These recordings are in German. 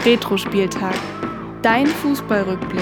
Retro-Spieltag, dein Fußballrückblick.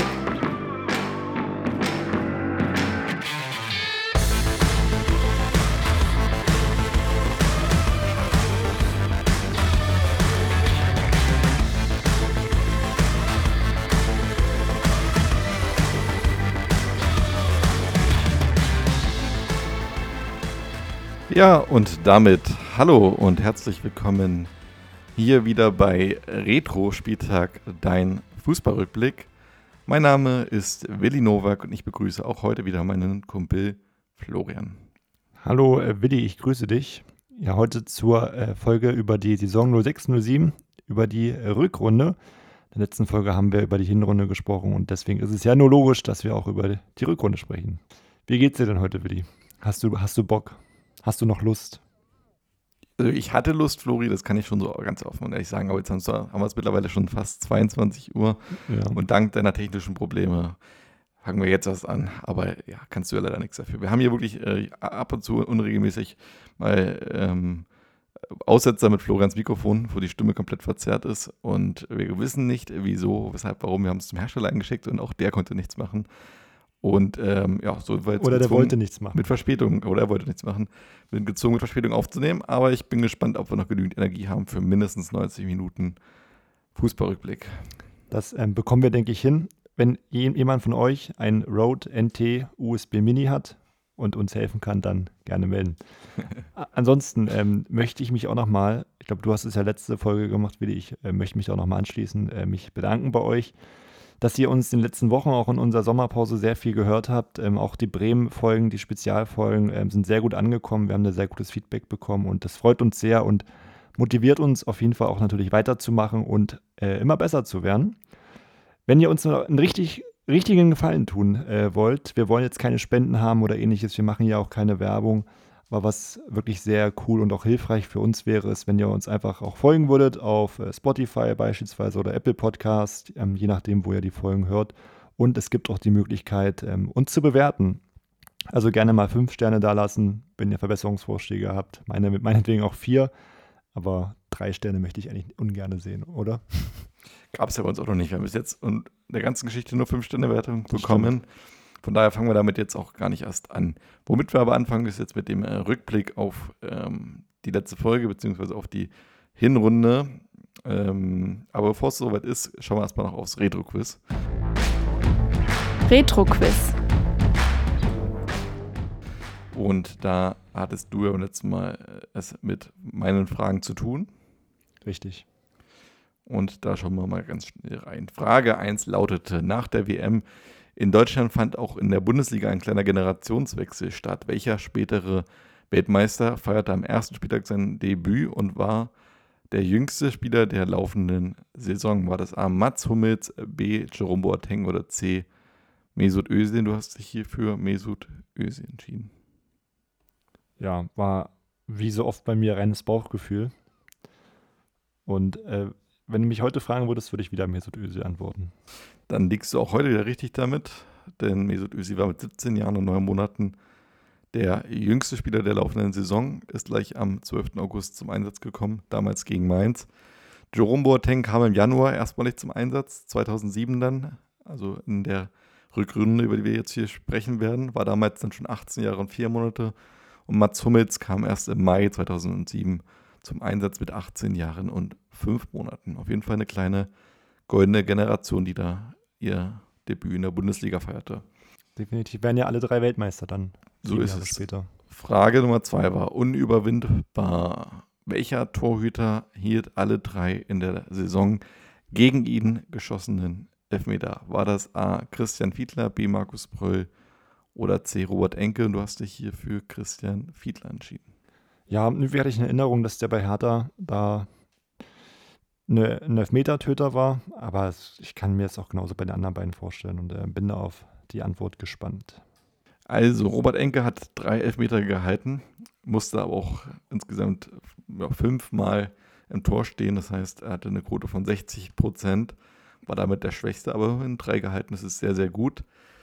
Ja, und damit hallo und herzlich willkommen hier wieder bei Retro-Spieltag, dein Fußballrückblick. Mein Name ist Willi Nowak und ich begrüße auch heute wieder meinen Kumpel Florian. Hallo Willi, ich grüße dich. Ja, heute zur Folge über die Saison 06/07, über die Rückrunde. In der letzten Folge haben wir über die Hinrunde gesprochen und deswegen ist es ja nur logisch, dass wir auch über die Rückrunde sprechen. Wie geht's dir denn heute, Willi? Hast du Bock? Hast du noch Lust? Also ich hatte Lust, Flori, das kann ich schon so ganz offen und ehrlich sagen, aber jetzt haben wir es mittlerweile schon fast 22 Uhr Ja. und dank deiner technischen Probleme fangen wir jetzt erst an. Aber ja, kannst du ja leider nichts dafür. Wir haben hier wirklich ab und zu unregelmäßig mal Aussetzer mit Florians Mikrofon, wo die Stimme komplett verzerrt ist und wir wissen nicht, wieso, weshalb, warum. Wir haben es zum Hersteller eingeschickt und auch der konnte nichts machen. Und ja, so war jetzt Oder der gezwungen, wollte nichts machen. mit Verspätung, oder er wollte nichts machen. Bin gezwungen, mit Verspätung aufzunehmen, aber ich bin gespannt, ob wir noch genügend Energie haben für mindestens 90 Minuten Fußballrückblick. Das bekommen wir, denke ich, hin. Wenn jemand von euch ein Rode NT USB Mini hat und uns helfen kann, dann gerne melden. Ansonsten möchte ich mich auch nochmal, ich glaube, du hast es ja letzte Folge gemacht, Willi, ich möchte mich auch nochmal anschließen, mich bedanken bei euch, dass ihr uns in den letzten Wochen auch in unserer Sommerpause sehr viel gehört habt. Auch die Bremen-Folgen, die Spezialfolgen sind sehr gut angekommen. Wir haben da sehr gutes Feedback bekommen und das freut uns sehr und motiviert uns auf jeden Fall auch natürlich weiterzumachen und immer besser zu werden. Wenn ihr uns einen richtigen Gefallen tun wollt, wir wollen jetzt keine Spenden haben oder ähnliches, wir machen ja auch keine Werbung, aber was wirklich sehr cool und auch hilfreich für uns wäre, ist, wenn ihr uns einfach auch folgen würdet auf Spotify beispielsweise oder Apple Podcast, je nachdem, wo ihr die Folgen hört. Und es gibt auch die Möglichkeit, uns zu bewerten. Also gerne mal 5 Sterne da lassen, wenn ihr Verbesserungsvorschläge habt. Meinetwegen auch 4, aber 3 Sterne möchte ich eigentlich ungern sehen, oder? Gab es ja bei uns auch noch nicht. Wir haben bis jetzt in der ganzen Geschichte nur 5-Sterne-Wertung bekommen. Von daher fangen wir damit jetzt auch gar nicht erst an. Womit wir aber anfangen, ist jetzt mit dem Rückblick auf die letzte Folge, beziehungsweise auf die Hinrunde. Aber bevor es soweit ist, schauen wir erstmal noch aufs Retro-Quiz. Retro-Quiz. Und da hattest du ja beim letzten Mal es mit meinen Fragen zu tun. Richtig. Und da schauen wir mal ganz schnell rein. Frage 1 lautete: Nach der WM in Deutschland fand auch in der Bundesliga ein kleiner Generationswechsel statt. Welcher spätere Weltmeister feierte am ersten Spieltag sein Debüt und war der jüngste Spieler der laufenden Saison? War das A. Mats Hummels, B. Jerome Boateng oder C. Mesut Özil? Du hast dich hier für Mesut Özil entschieden. Ja, war wie so oft bei mir reines Bauchgefühl. Und wenn du mich heute fragen würdest, würde ich wieder Mesut Özil antworten. Dann liegst du auch heute wieder richtig damit, denn Mesut Özil war mit 17 Jahren und 9 Monaten der jüngste Spieler der laufenden Saison, ist gleich am 12. August zum Einsatz gekommen, damals gegen Mainz. Jerome Boateng kam im Januar erstmalig zum Einsatz, 2007 dann, also in der Rückrunde, über die wir jetzt hier sprechen werden, war damals dann schon 18 Jahre und 4 Monate. Und Mats Hummels kam erst im Mai 2007 zum Einsatz mit 18 Jahren und 5 Monaten. Auf jeden Fall eine kleine goldene Generation, die da ihr Debüt in der Bundesliga feierte. Definitiv werden ja alle 3 Weltmeister dann. So ist Jahre es. Später. Frage Nummer 2 war unüberwindbar. Welcher Torhüter hielt alle 3 in der Saison gegen ihn geschossenen Elfmeter? War das A. Christian Fiedler, B. Markus Pröll oder C. Robert Enke? Und du hast dich hier für Christian Fiedler entschieden. Ja, irgendwie hatte ich eine Erinnerung, dass der bei Hertha da ein Elfmeter-Töter war, aber ich kann mir es auch genauso bei den anderen beiden vorstellen und bin da auf die Antwort gespannt. Also, Robert Enke hat 3 Elfmeter gehalten, musste aber auch insgesamt 5 Mal im Tor stehen. Das heißt, er hatte eine Quote von 60%, war damit der Schwächste, aber in 3 gehalten. Das ist sehr, sehr gut.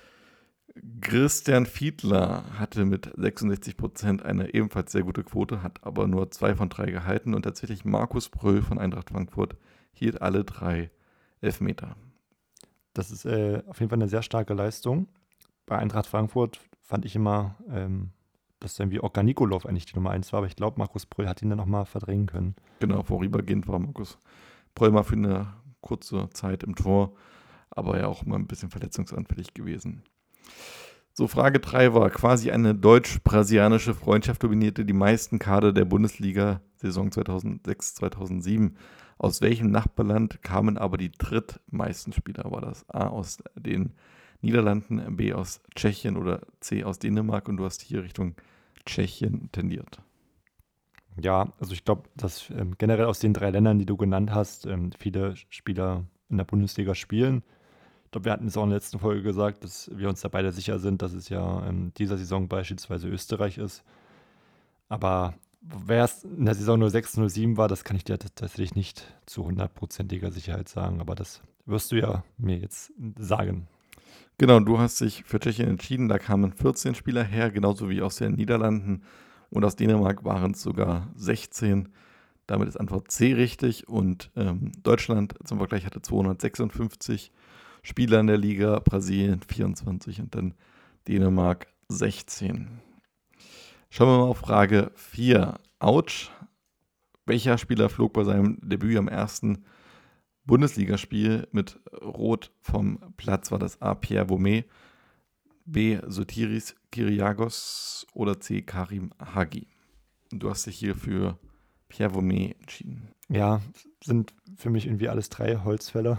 Christian Fiedler hatte mit 66% eine ebenfalls sehr gute Quote, hat aber nur 2 von 3 gehalten. Und tatsächlich Markus Pröll von Eintracht Frankfurt hielt alle 3 Elfmeter. Das ist auf jeden Fall eine sehr starke Leistung. Bei Eintracht Frankfurt fand ich immer, dass irgendwie Oskar Nikolov eigentlich die Nummer 1 war, aber ich glaube, Markus Bröll hat ihn dann nochmal verdrängen können. Genau, vorübergehend war Markus Bröll mal für eine kurze Zeit im Tor, aber ja auch immer ein bisschen verletzungsanfällig gewesen. So, Frage 3 war, quasi eine deutsch-brasilianische Freundschaft dominierte die meisten Kader der Bundesliga-Saison 2006-2007. Aus welchem Nachbarland kamen aber die drittmeisten Spieler? War das A aus den Niederlanden, B aus Tschechien oder C aus Dänemark? Und du hast hier Richtung Tschechien tendiert. Ja, also ich glaube, dass generell aus den 3 Ländern, die du genannt hast, viele Spieler in der Bundesliga spielen. Ich glaube, wir hatten es auch in der letzten Folge gesagt, dass wir uns da beide sicher sind, dass es ja dieser Saison beispielsweise Österreich ist. Aber wer es in der Saison 06/07 war, das kann ich dir tatsächlich nicht zu 100%iger Sicherheit sagen. Aber das wirst du ja mir jetzt sagen. Genau, du hast dich für Tschechien entschieden. Da kamen 14 Spieler her, genauso wie aus den Niederlanden. Und aus Dänemark waren es sogar 16. Damit ist Antwort C richtig. Und Deutschland zum Vergleich hatte 256 Spieler in der Liga, Brasilien 24 und dann Dänemark 16. Schauen wir mal auf Frage 4. Autsch. Welcher Spieler flog bei seinem Debüt am ersten Bundesligaspiel mit Rot vom Platz? War das A. Pierre Vomé, B. Sotiris Kyrgiakos oder C. Karim Hagi? Du hast dich hier für Pierre Vomé entschieden. Ja, sind für mich irgendwie alles 3 Holzfäller.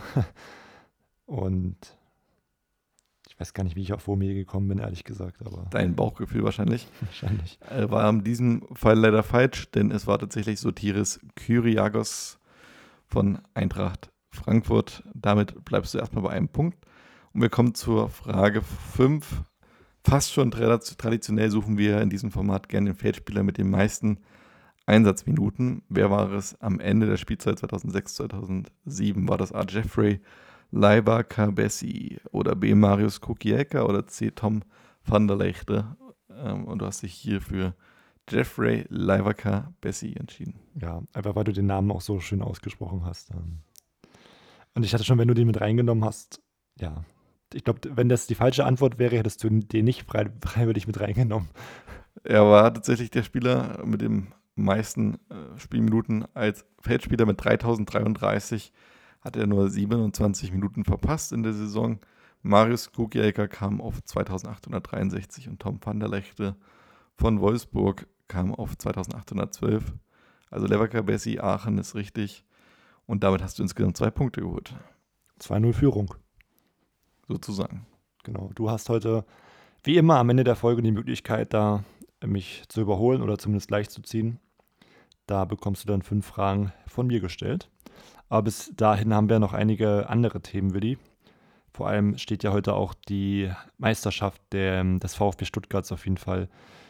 Und ich weiß gar nicht, wie ich auf Vomé gekommen bin, ehrlich gesagt. Aber Dein Bauchgefühl wahrscheinlich. wahrscheinlich. War in diesem Fall leider falsch, denn es war tatsächlich Sotiris Kyrgiakos von Eintracht Frankfurt. Damit bleibst du erstmal bei einem Punkt. Und wir kommen zur Frage 5. Fast schon traditionell suchen wir in diesem Format gerne den Feldspieler mit den meisten Einsatzminuten. Wer war es am Ende der Spielzeit 2006/2007? War das A. Jeffrey Leiber Cabessi oder B. Marius Kokielka oder C. Tom van der Leegte? Und du hast dich hier für Jeffrey Leiber Cabessi entschieden. Ja, einfach weil du den Namen auch so schön ausgesprochen hast. Und ich hatte schon, wenn du den mit reingenommen hast, ja, ich glaube, wenn das die falsche Antwort wäre, hättest du den nicht freiwillig mit reingenommen. Er war tatsächlich der Spieler mit den meisten Spielminuten als Feldspieler mit 3033. Hat er nur 27 Minuten verpasst in der Saison. Marius Kokielka kam auf 2863 und Tom van der Leegte von Wolfsburg kam auf 2812. Also Leverkusen, Aachen ist richtig. Und damit hast du insgesamt 2 Punkte geholt. 2-0 Führung. Sozusagen. Genau. Du hast heute, wie immer, am Ende der Folge die Möglichkeit, da mich zu überholen oder zumindest leicht zu ziehen. Da bekommst du dann 5 Fragen von mir gestellt. Aber bis dahin haben wir noch einige andere Themen, Willi. Vor allem steht ja heute auch die Meisterschaft des VfB Stuttgarts auf jeden Fall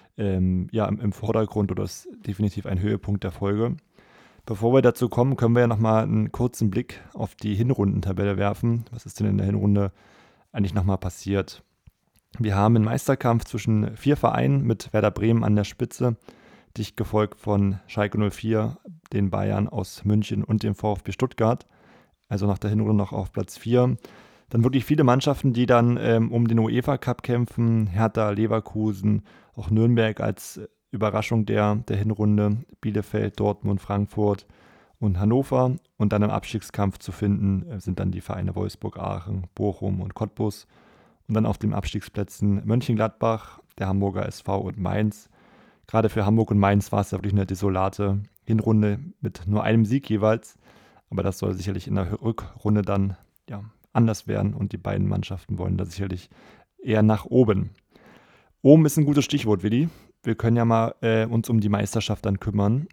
im Vordergrund oder ist definitiv ein Höhepunkt der Folge. Bevor wir dazu kommen, können wir ja nochmal einen kurzen Blick auf die Hinrundentabelle werfen. Was ist denn in der Hinrunde eigentlich nochmal passiert? Wir haben einen Meisterkampf zwischen 4 Vereinen mit Werder Bremen an der Spitze, dicht gefolgt von Schalke 04, den Bayern aus München und dem VfB Stuttgart. Also nach der Hinrunde noch auf Platz 4. Dann wirklich viele Mannschaften, die dann um den UEFA Cup kämpfen. Hertha, Leverkusen, auch Nürnberg als Überraschung der Hinrunde. Bielefeld, Dortmund, Frankfurt und Hannover. Und dann im Abstiegskampf zu finden sind dann die Vereine Wolfsburg, Aachen, Bochum und Cottbus. Und dann auf den Abstiegsplätzen Mönchengladbach, der Hamburger SV und Mainz. Gerade für Hamburg und Mainz war es ja wirklich eine desolate Hinrunde mit nur einem Sieg jeweils. Aber das soll sicherlich in der Rückrunde dann anders werden. Und die beiden Mannschaften wollen da sicherlich eher nach oben. Oben ist ein gutes Stichwort, Willi. Wir können ja mal uns um die Meisterschaft dann kümmern.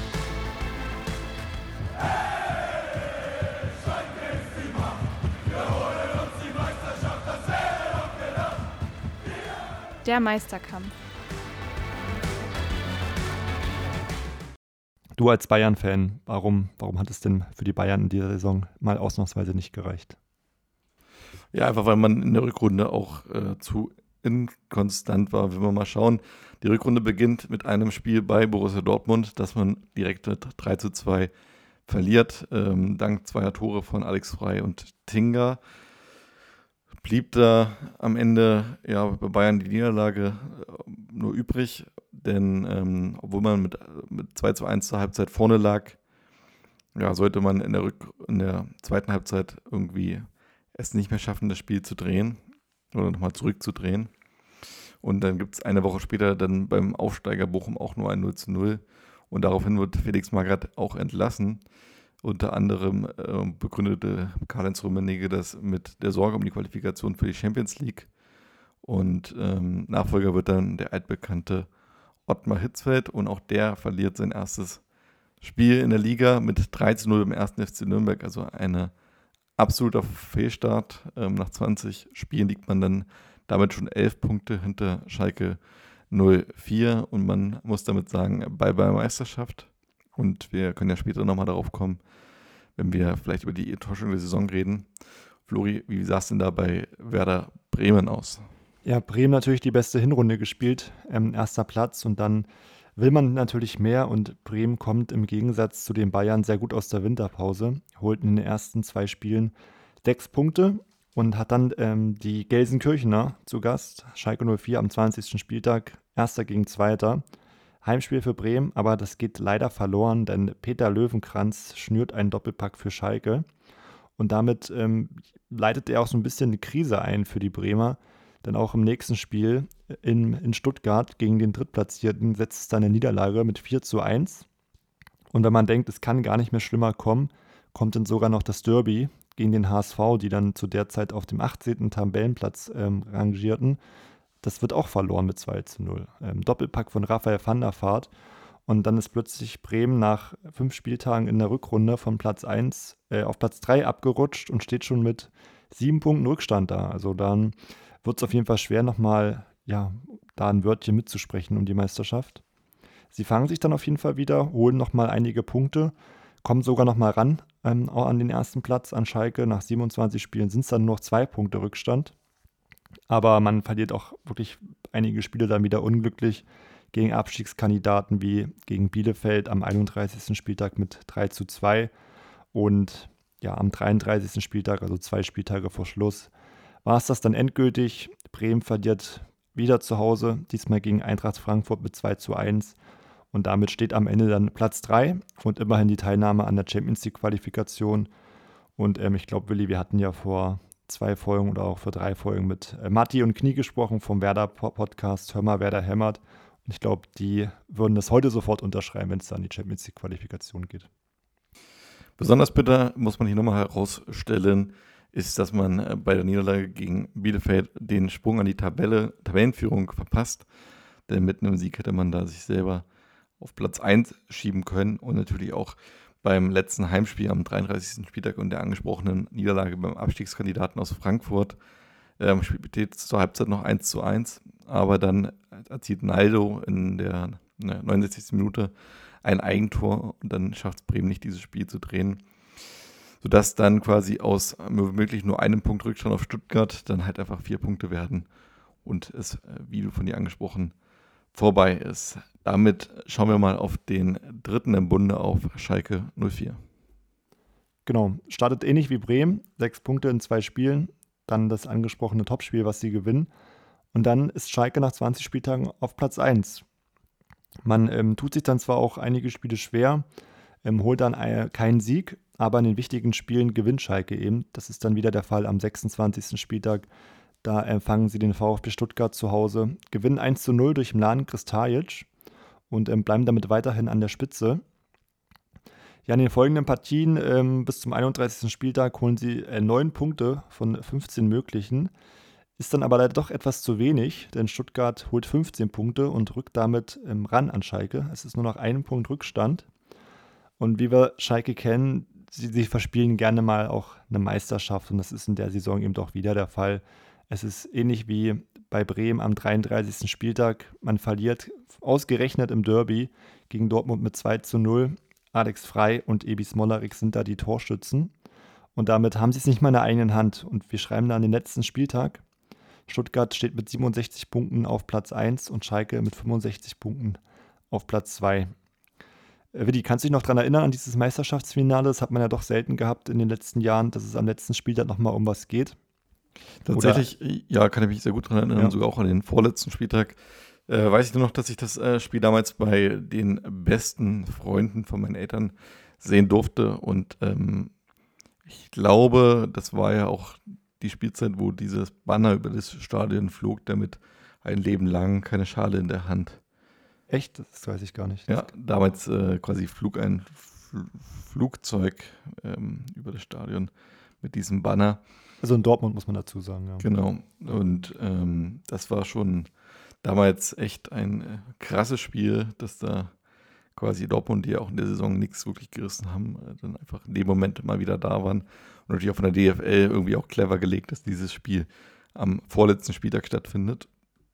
Der Meisterkampf. Du als Bayern-Fan, warum hat es denn für die Bayern in dieser Saison mal ausnahmsweise nicht gereicht? Ja, einfach weil man in der Rückrunde auch zu inkonstant war. Wenn wir mal schauen, die Rückrunde beginnt mit einem Spiel bei Borussia Dortmund, das man direkt mit 3:2 verliert, dank zweier Tore von Alex Frey und Tinga. Blieb da am Ende bei Bayern die Niederlage nur übrig, denn obwohl man mit 2:1 zur Halbzeit vorne lag, sollte man in der zweiten Halbzeit irgendwie es nicht mehr schaffen, das Spiel zu drehen oder nochmal zurückzudrehen. Und dann gibt es eine Woche später dann beim Aufsteiger Bochum auch nur ein 0:0 und daraufhin wird Felix Magath auch entlassen. Unter anderem begründete Karl-Heinz Rummenigge das mit der Sorge um die Qualifikation für die Champions League. Und Nachfolger wird dann der altbekannte Ottmar Hitzfeld. Und auch der verliert sein erstes Spiel in der Liga mit 3:0 im 1. FC Nürnberg. Also ein absoluter Fehlstart. Nach 20 Spielen liegt man dann damit schon 11 Punkte hinter Schalke 04. Und man muss damit sagen, bei Meisterschaft. Und wir können ja später nochmal darauf kommen, wenn wir vielleicht über die Enttäuschung der Saison reden. Flori, wie sah es denn da bei Werder Bremen aus? Ja, Bremen natürlich die beste Hinrunde gespielt, erster Platz, und dann will man natürlich mehr, und Bremen kommt im Gegensatz zu den Bayern sehr gut aus der Winterpause, holt in den ersten 2 Spielen 6 Punkte und hat dann die Gelsenkirchener zu Gast, Schalke 04 am 20. Spieltag, Erster gegen Zweiter. Heimspiel für Bremen, aber das geht leider verloren, denn Peter Löwenkranz schnürt einen Doppelpack für Schalke. Und damit leitet er auch so ein bisschen eine Krise ein für die Bremer. Denn auch im nächsten Spiel in Stuttgart gegen den Drittplatzierten setzt es dann eine Niederlage mit 4:1. Und wenn man denkt, es kann gar nicht mehr schlimmer kommen, kommt dann sogar noch das Derby gegen den HSV, die dann zu der Zeit auf dem 18. Tabellenplatz rangierten. Das wird auch verloren mit 2:0. Doppelpack von Raphael van der Vaart. Und dann ist plötzlich Bremen nach 5 Spieltagen in der Rückrunde von Platz 1 auf Platz 3 abgerutscht und steht schon mit 7 Punkten Rückstand da. Also dann wird es auf jeden Fall schwer, nochmal da ein Wörtchen mitzusprechen um die Meisterschaft. Sie fangen sich dann auf jeden Fall wieder, holen nochmal einige Punkte, kommen sogar nochmal ran auch an den ersten Platz an Schalke. Nach 27 Spielen sind es dann nur noch 2 Punkte Rückstand. Aber man verliert auch wirklich einige Spiele dann wieder unglücklich gegen Abstiegskandidaten wie gegen Bielefeld am 31. Spieltag mit 3:2. Und am 33. Spieltag, also 2 Spieltage vor Schluss, war es das dann endgültig. Bremen verliert wieder zu Hause, diesmal gegen Eintracht Frankfurt mit 2:1. Und damit steht am Ende dann Platz 3 und immerhin die Teilnahme an der Champions League Qualifikation. Und ich glaube, Willi, wir hatten ja vor 2 Folgen oder auch vor 3 Folgen mit Matti und Knie gesprochen vom Werder-Podcast Hör mal, Werder hämmert. Und ich glaube, die würden das heute sofort unterschreiben, wenn es dann an die Champions League-Qualifikation geht. Besonders bitter, muss man hier nochmal herausstellen, ist, dass man bei der Niederlage gegen Bielefeld den Sprung an die Tabellenführung verpasst. Denn mit einem Sieg hätte man da sich selber auf Platz 1 schieben können und natürlich auch beim letzten Heimspiel am 33. Spieltag und der angesprochenen Niederlage beim Abstiegskandidaten aus Frankfurt steht zur Halbzeit noch 1:1, aber dann erzielt Naldo in der 69. Minute ein Eigentor und dann schafft es Bremen nicht, dieses Spiel zu drehen, sodass dann quasi aus möglich nur einem Punkt Rückstand auf Stuttgart dann halt einfach 4 Punkte werden und es, wie du von dir angesprochen, vorbei ist. Damit schauen wir mal auf den dritten im Bunde, auf Schalke 04. Genau, startet ähnlich wie Bremen, 6 Punkte in 2 Spielen, dann das angesprochene Topspiel, was sie gewinnen. Und dann ist Schalke nach 20 Spieltagen auf Platz 1. Man tut sich dann zwar auch einige Spiele schwer, holt dann keinen Sieg, aber in den wichtigen Spielen gewinnt Schalke eben. Das ist dann wieder der Fall am 26. Spieltag. Da empfangen sie den VfB Stuttgart zu Hause, gewinnen 1:0 durch Mladen Kristajic und bleiben damit weiterhin an der Spitze. Ja, in den folgenden Partien bis zum 31. Spieltag holen sie 9 Punkte von 15 möglichen. Ist dann aber leider doch etwas zu wenig, denn Stuttgart holt 15 Punkte und rückt damit ran an Schalke. Es ist nur noch 1 Punkt Rückstand. Und wie wir Schalke kennen, sie verspielen gerne mal auch eine Meisterschaft und das ist in der Saison eben doch wieder der Fall. Es ist ähnlich wie bei Bremen am 33. Spieltag. Man verliert ausgerechnet im Derby gegen Dortmund mit 2:0. Alex Frey und Ebi Smolarek sind da die Torschützen. Und damit haben sie es nicht mal in der eigenen Hand. Und wir schreiben da an den letzten Spieltag. Stuttgart steht mit 67 Punkten auf Platz 1 und Schalke mit 65 Punkten auf Platz 2. Willi, kannst du dich noch daran erinnern, an dieses Meisterschaftsfinale? Das hat man ja doch selten gehabt in den letzten Jahren, dass es am letzten Spieltag nochmal um was geht. Tatsächlich, ja, kann ich mich sehr gut daran erinnern, Ja. sogar auch an den vorletzten Spieltag. Weiß ich nur noch, dass ich das Spiel damals bei den besten Freunden von meinen Eltern sehen durfte. Und ich glaube, das war ja auch die Spielzeit, wo dieses Banner über das Stadion flog, damit ein Leben lang keine Schale in der Hand. Echt? Das weiß ich gar nicht. Ja, damals quasi flog ein Flugzeug über das Stadion mit diesem Banner. Also in Dortmund muss man dazu sagen, ja. Genau. Und das war schon damals echt ein krasses Spiel, dass da quasi Dortmund, die ja auch in der Saison nichts wirklich gerissen haben, dann einfach in dem Moment mal wieder da waren. Und natürlich auch von der DFL irgendwie auch clever gelegt, dass dieses Spiel am vorletzten Spieltag stattfindet.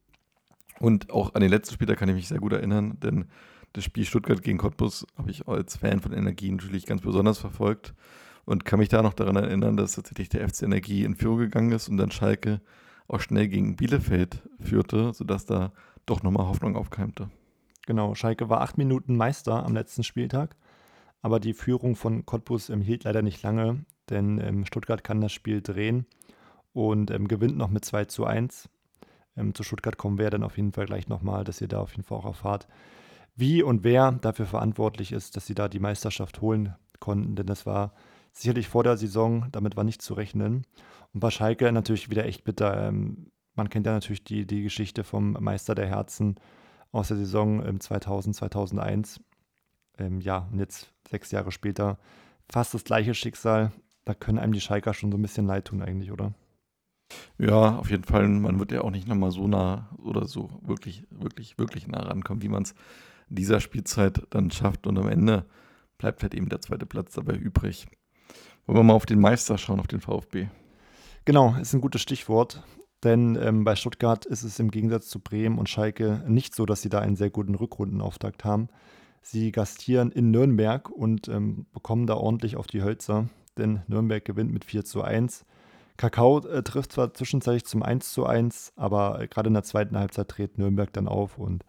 Und auch an den letzten Spieltag kann ich mich sehr gut erinnern, denn das Spiel Stuttgart gegen Cottbus habe ich als Fan von Energie natürlich ganz besonders verfolgt und kann mich da noch daran erinnern, dass tatsächlich der FC Energie in Führung gegangen ist und dann Schalke auch schnell gegen Bielefeld führte, sodass da doch nochmal Hoffnung aufkeimte. Genau, Schalke war 8 Minuten Meister am letzten Spieltag, aber die Führung von Cottbus hielt leider nicht lange, denn Stuttgart kann das Spiel drehen und gewinnt noch mit 2:1. Zu Stuttgart kommen wir ja dann auf jeden Fall gleich nochmal, dass ihr da auf jeden Fall auch erfahrt, wie und wer dafür verantwortlich ist, dass sie da die Meisterschaft holen konnten, denn das war sicherlich vor der Saison, damit war nicht zu rechnen. Und bei Schalke natürlich wieder echt bitter. Man kennt ja natürlich die Geschichte vom Meister der Herzen aus der Saison 2000, 2001. Ja, und jetzt 6 Jahre später fast das gleiche Schicksal. Da können einem die Schalker schon so ein bisschen leid tun eigentlich, oder? Ja, auf jeden Fall. Man wird ja auch nicht nochmal so nah oder so wirklich, wirklich, wirklich nah rankommen, wie man es in dieser Spielzeit dann schafft. Und am Ende bleibt halt eben der zweite Platz dabei übrig. Wollen wir mal auf den Meister schauen, auf den VfB? Genau, ist ein gutes Stichwort. Denn bei Stuttgart ist es im Gegensatz zu Bremen und Schalke nicht so, dass sie da einen sehr guten Rückrundenauftakt haben. Sie gastieren in Nürnberg und bekommen da ordentlich auf die Hölzer, denn Nürnberg gewinnt mit 4:1. Kakao trifft zwar zwischenzeitlich zum 1:1, aber gerade in der zweiten Halbzeit dreht Nürnberg dann auf und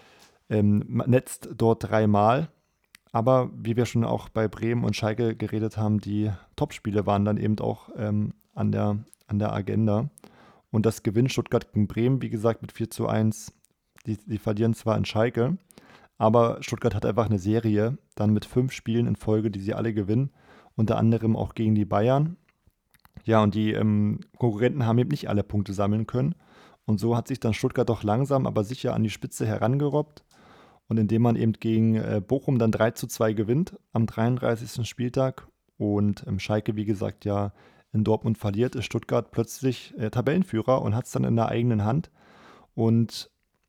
netzt dort 3-mal. Aber wie wir schon auch bei Bremen und Schalke geredet haben, die Topspiele waren dann eben auch an der Agenda. Und das gewinnt Stuttgart gegen Bremen, wie gesagt, mit 4:1. Die verlieren zwar in Schalke, aber Stuttgart hat einfach eine Serie, dann mit 5 Spielen in Folge, die sie alle gewinnen. Unter anderem auch gegen die Bayern. Ja, und die Konkurrenten haben eben nicht alle Punkte sammeln können. Und so hat sich dann Stuttgart doch langsam, aber sicher an die Spitze herangerobbt. Und indem man eben gegen Bochum dann 3:2 gewinnt am 33. Spieltag und Schalke, wie gesagt, ja in Dortmund verliert, ist Stuttgart plötzlich Tabellenführer und hat es dann in der eigenen Hand. Und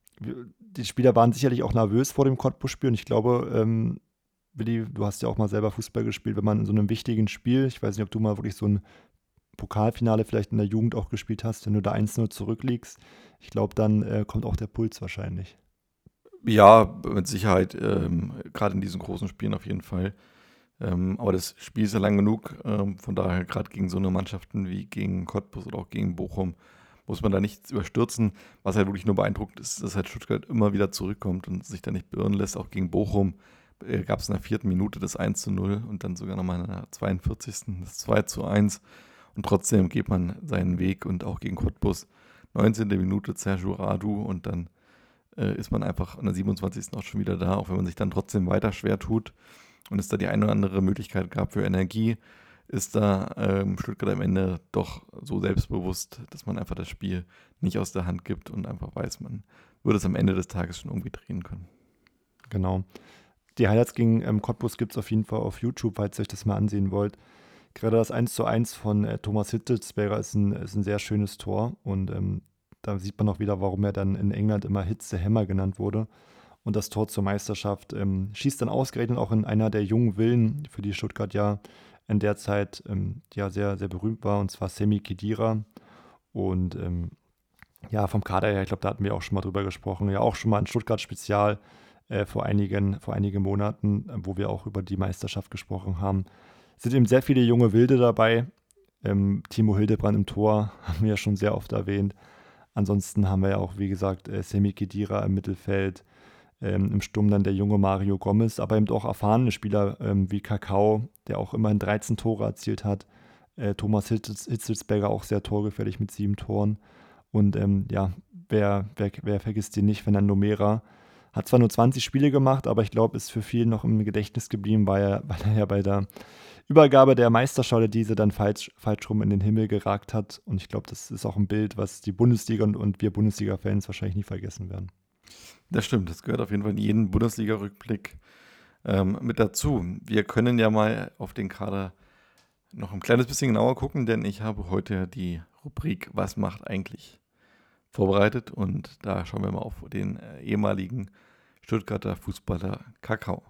die Spieler waren sicherlich auch nervös vor dem Cottbus-Spiel. Und ich glaube, Willi, du hast ja auch mal selber Fußball gespielt, wenn man in so einem wichtigen Spiel, ich weiß nicht, ob du mal wirklich so ein Pokalfinale vielleicht in der Jugend auch gespielt hast, wenn du da 1:0 zurückliegst, ich glaube, dann kommt auch der Puls wahrscheinlich. Ja, mit Sicherheit, gerade in diesen großen Spielen auf jeden Fall. Aber das Spiel ist ja lang genug, von daher gerade gegen so eine Mannschaften wie gegen Cottbus oder auch gegen Bochum muss man da nichts überstürzen. Was halt wirklich nur beeindruckt ist, dass halt Stuttgart immer wieder zurückkommt und sich da nicht beirren lässt. Auch gegen Bochum gab es in der 4. Minute das 1:0 und dann sogar nochmal in der 42. das 2:1. Und trotzdem geht man seinen Weg und auch gegen Cottbus 19. Minute Sergio Radu und dann ist man einfach an der 27. auch schon wieder da, auch wenn man sich dann trotzdem weiter schwer tut und es da die eine oder andere Möglichkeit gab für Energie, ist da Stuttgart am Ende doch so selbstbewusst, dass man einfach das Spiel nicht aus der Hand gibt und einfach weiß, man würde es am Ende des Tages schon irgendwie drehen können. Genau. Die Highlights gegen Cottbus gibt es auf jeden Fall auf YouTube, falls ihr euch das mal ansehen wollt. Gerade das 1:1 von Thomas Hitzelsberger ist ein sehr schönes Tor und da sieht man auch wieder, warum er dann in England immer Hitz the Hammer genannt wurde. Und das Tor zur Meisterschaft schießt dann ausgerechnet auch in einer der jungen Willen, für die Stuttgart ja in der Zeit ja sehr, sehr berühmt war, und zwar Semi Khedira. Und ja, vom Kader her, ich glaube, da hatten wir auch schon mal drüber gesprochen, ja auch schon mal ein Stuttgart-Spezial vor einigen Monaten, wo wir auch über die Meisterschaft gesprochen haben. Es sind eben sehr viele junge Wilde dabei. Timo Hildebrand im Tor haben wir ja schon sehr oft erwähnt. Ansonsten haben wir ja auch, wie gesagt, Semi Khedira im Mittelfeld. Im Sturm dann der junge Mario Gomez, aber eben auch erfahrene Spieler wie Kakao, der auch immerhin 13 Tore erzielt hat. Thomas Hitzelsberger auch sehr torgefährlich mit 7 Toren. Und wer vergisst ihn nicht? Fernando Mera hat zwar nur 20 Spiele gemacht, aber ich glaube, ist für viele noch im Gedächtnis geblieben, weil er ja bei der Übergabe der Meisterschale diese dann falsch rum in den Himmel geragt hat. Und ich glaube, das ist auch ein Bild, was die Bundesliga und wir Bundesliga-Fans wahrscheinlich nie vergessen werden. Das stimmt, das gehört auf jeden Fall in jeden Bundesliga-Rückblick mit dazu. Wir können ja mal auf den Kader noch ein kleines bisschen genauer gucken, denn ich habe heute die Rubrik Was macht eigentlich vorbereitet und da schauen wir mal auf den ehemaligen Stuttgarter Fußballer Kakao.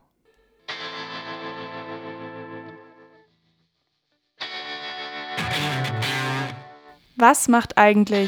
Was macht eigentlich?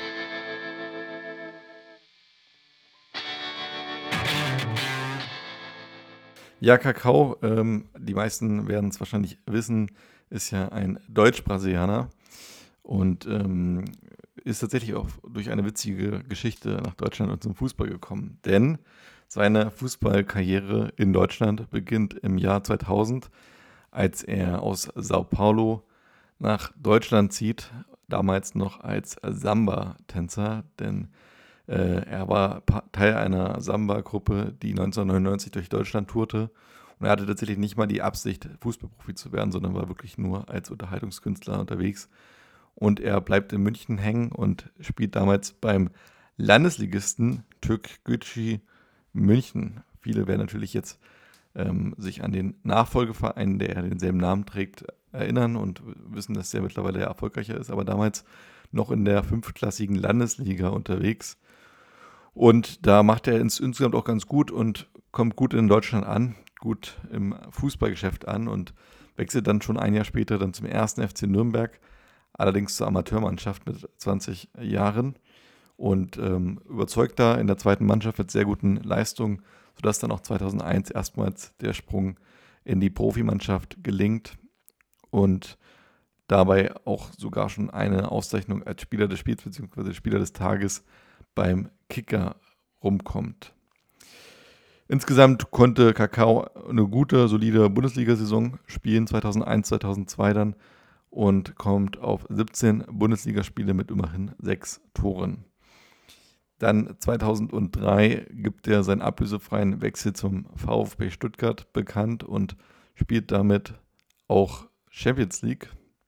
Ja, Kakao, die meisten werden es wahrscheinlich wissen, ist ja ein Deutsch-Brasilianer und ist tatsächlich auch durch eine witzige Geschichte nach Deutschland und zum Fußball gekommen. Denn seine Fußballkarriere in Deutschland beginnt im Jahr 2000, als er aus Sao Paulo nach Deutschland zieht, damals noch als Samba-Tänzer, denn er war Teil einer Samba-Gruppe, die 1999 durch Deutschland tourte. Und er hatte tatsächlich nicht mal die Absicht, Fußballprofi zu werden, sondern war wirklich nur als Unterhaltungskünstler unterwegs. Und er bleibt in München hängen und spielt damals beim Landesligisten TÜK Gücü München. Viele werden natürlich jetzt sich an den Nachfolgeverein, der denselben Namen trägt, erinnern und wissen, dass der mittlerweile erfolgreicher ist, aber damals noch in der 5-klassigen Landesliga unterwegs. Und da macht er insgesamt auch ganz gut und kommt gut in Deutschland an, gut im Fußballgeschäft an und wechselt dann schon ein Jahr später dann zum 1. FC Nürnberg, allerdings zur Amateurmannschaft mit 20 Jahren und überzeugt da in der zweiten Mannschaft mit sehr guten Leistungen, sodass dann auch 2001 erstmals der Sprung in die Profimannschaft gelingt und dabei auch sogar schon eine Auszeichnung als Spieler des Spiels bzw. Spieler des Tages beim Kicker rumkommt. Insgesamt konnte Kakao eine gute, solide Bundesliga-Saison spielen, 2001, 2002 dann, und kommt auf 17 Bundesligaspiele mit immerhin 6 Toren. Dann 2003 gibt er seinen ablösefreien Wechsel zum VfB Stuttgart bekannt und spielt damit auch Champions League,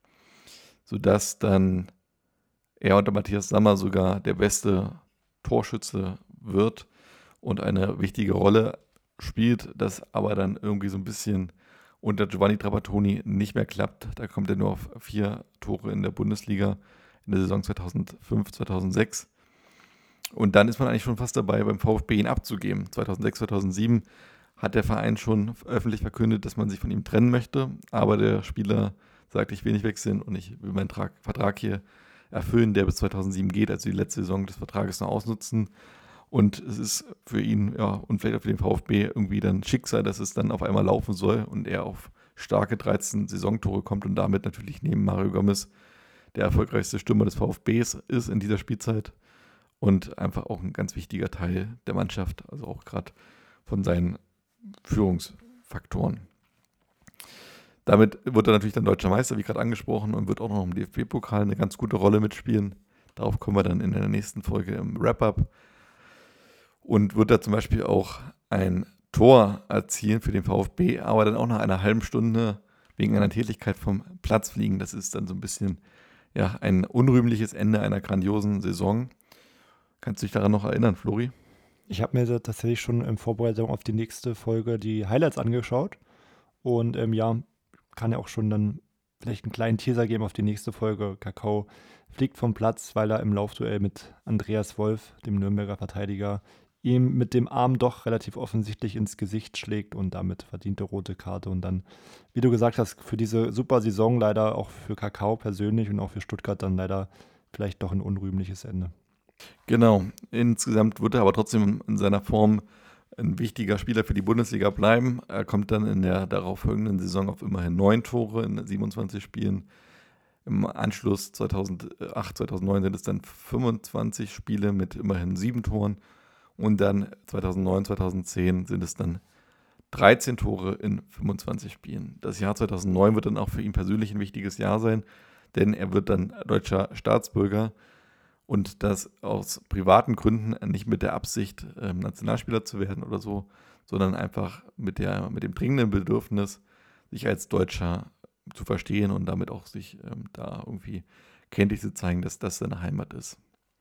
sodass dann er unter Matthias Sammer sogar der beste Torschütze wird und eine wichtige Rolle spielt, das aber dann irgendwie so ein bisschen unter Giovanni Trapattoni nicht mehr klappt. Da kommt er nur auf 4 Tore in der Bundesliga in der Saison 2005, 2006. Und dann ist man eigentlich schon fast dabei, beim VfB ihn abzugeben. 2006, 2007 hat der Verein schon öffentlich verkündet, dass man sich von ihm trennen möchte. Aber der Spieler sagt, ich will nicht wechseln und ich will meinen Vertrag hier erfüllen, der bis 2007 geht, also die letzte Saison des Vertrages noch ausnutzen. Und es ist für ihn, ja, und vielleicht auch für den VfB irgendwie dann Schicksal, dass es dann auf einmal laufen soll und er auf starke 13 Saisontore kommt und damit natürlich neben Mario Gomez der erfolgreichste Stürmer des VfBs ist in dieser Spielzeit und einfach auch ein ganz wichtiger Teil der Mannschaft, also auch gerade von seinen Führungsfaktoren. Damit wird er natürlich dann Deutscher Meister, wie gerade angesprochen, und wird auch noch im DFB-Pokal eine ganz gute Rolle mitspielen. Darauf kommen wir dann in der nächsten Folge im Wrap-Up. Und wird da zum Beispiel auch ein Tor erzielen für den VfB, aber dann auch nach einer halben Stunde wegen einer Tätigkeit vom Platz fliegen. Das ist dann so ein bisschen ja, ein unrühmliches Ende einer grandiosen Saison. Kannst du dich daran noch erinnern, Flori? Ich habe mir tatsächlich schon in Vorbereitung auf die nächste Folge die Highlights angeschaut und kann ja auch schon dann vielleicht einen kleinen Teaser geben auf die nächste Folge. Kakao fliegt vom Platz, weil er im Laufduell mit Andreas Wolf, dem Nürnberger Verteidiger, ihm mit dem Arm doch relativ offensichtlich ins Gesicht schlägt und damit verdiente rote Karte. Und dann, wie du gesagt hast, für diese super Saison leider auch für Kakao persönlich und auch für Stuttgart dann leider vielleicht doch ein unrühmliches Ende. Genau, insgesamt wird er aber trotzdem in seiner Form ein wichtiger Spieler für die Bundesliga bleiben. Er kommt dann in der darauffolgenden Saison auf immerhin 9 Tore in 27 Spielen. Im Anschluss 2008, 2009 sind es dann 25 Spiele mit immerhin 7 Toren. Und dann 2009, 2010 sind es dann 13 Tore in 25 Spielen. Das Jahr 2009 wird dann auch für ihn persönlich ein wichtiges Jahr sein, denn er wird dann deutscher Staatsbürger und das aus privaten Gründen, nicht mit der Absicht, Nationalspieler zu werden oder so, sondern einfach mit dem dringenden Bedürfnis, sich als Deutscher zu verstehen und damit auch sich da irgendwie kenntlich zu zeigen, dass das seine Heimat ist.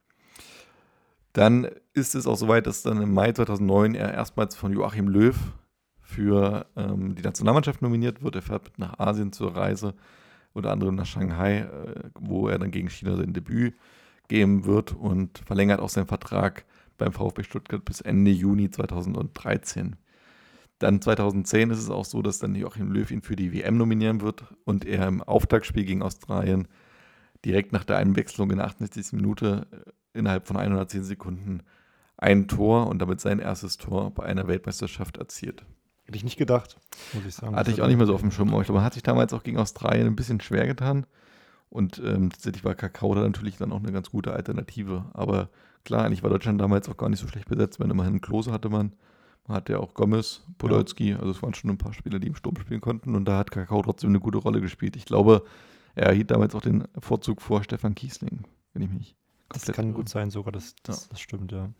Dann ist es auch soweit, dass dann im Mai 2009 er erstmals von Joachim Löw für die Nationalmannschaft nominiert wird. Er fährt mit nach Asien zur Reise, unter anderem nach Shanghai, wo er dann gegen China sein Debüt geben wird und verlängert auch seinen Vertrag beim VfB Stuttgart bis Ende Juni 2013. Dann 2010 ist es auch so, dass dann Joachim Löw ihn für die WM nominieren wird und er im Auftaktspiel gegen Australien direkt nach der Einwechslung in der 68. Minute innerhalb von 110 Sekunden ein Tor und damit sein erstes Tor bei einer Weltmeisterschaft erzielt. Hätte ich nicht gedacht, muss ich sagen. Hatte ich auch nicht mehr so auf dem Schirm, aber ich glaube, man hat sich damals auch gegen Australien ein bisschen schwer getan. Und tatsächlich war Kakao da natürlich dann auch eine ganz gute Alternative. Aber klar, eigentlich war Deutschland damals auch gar nicht so schlecht besetzt. Wenn immerhin Klose hatte man hatte ja auch Gomez, Podolski, also es waren schon ein paar Spieler, die im Sturm spielen konnten. Und da hat Kakao trotzdem eine gute Rolle gespielt. Ich glaube, er erhielt damals auch den Vorzug vor Stefan Kiesling, wenn ich mich Das kann gut sein sogar, das stimmt, ja.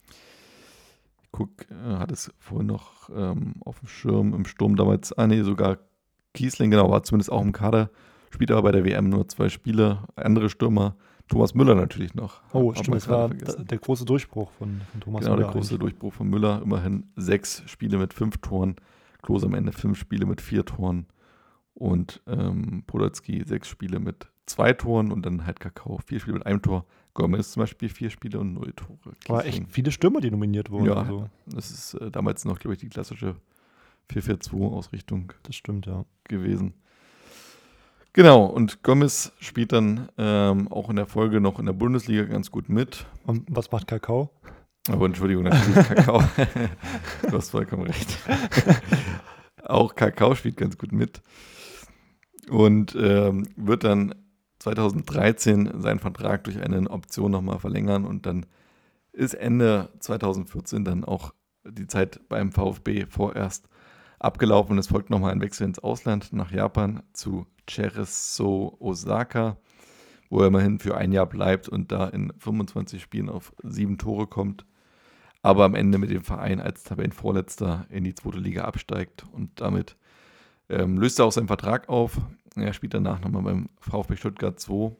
Guck, hat es vorhin noch auf dem Schirm im Sturm damals, sogar Kiesling, genau, war zumindest auch im Kader, spielt aber bei der WM nur 2 Spiele, andere Stürmer, Thomas Müller natürlich noch. Oh, stimmt, das war der große Durchbruch von Thomas Müller. Müller. Genau, der große Durchbruch von Müller, immerhin 6 Spiele mit 5 Toren, Klose am Ende 5 Spiele mit 4 Toren und Podolski 6 Spiele mit 2 Toren und dann halt Kakao 4 Spiele mit einem Tor. Gomez zum Beispiel 4 Spiele und 0 Tore. Aber echt viele Stürmer, die nominiert wurden. Ja, also. Das ist damals noch, glaube ich, die klassische 4-4-2-Ausrichtung. Das stimmt, ja. Gewesen. Genau, und Gomez spielt dann auch in der Folge noch in der Bundesliga ganz gut mit. Und was macht Kakao? Aber Entschuldigung, natürlich Kakao. Du hast vollkommen recht. Auch Kakao spielt ganz gut mit. Und wird dann 2013 seinen Vertrag durch eine Option nochmal verlängern und dann ist Ende 2014 dann auch die Zeit beim VfB vorerst abgelaufen. Es folgt nochmal ein Wechsel ins Ausland nach Japan zu Cerezo Osaka, wo er immerhin für ein Jahr bleibt und da in 25 Spielen auf 7 Tore kommt, aber am Ende mit dem Verein als Tabellenvorletzter in die 2. Liga absteigt und damit löst er auch seinen Vertrag auf. Er spielt danach nochmal beim VfB Stuttgart 2,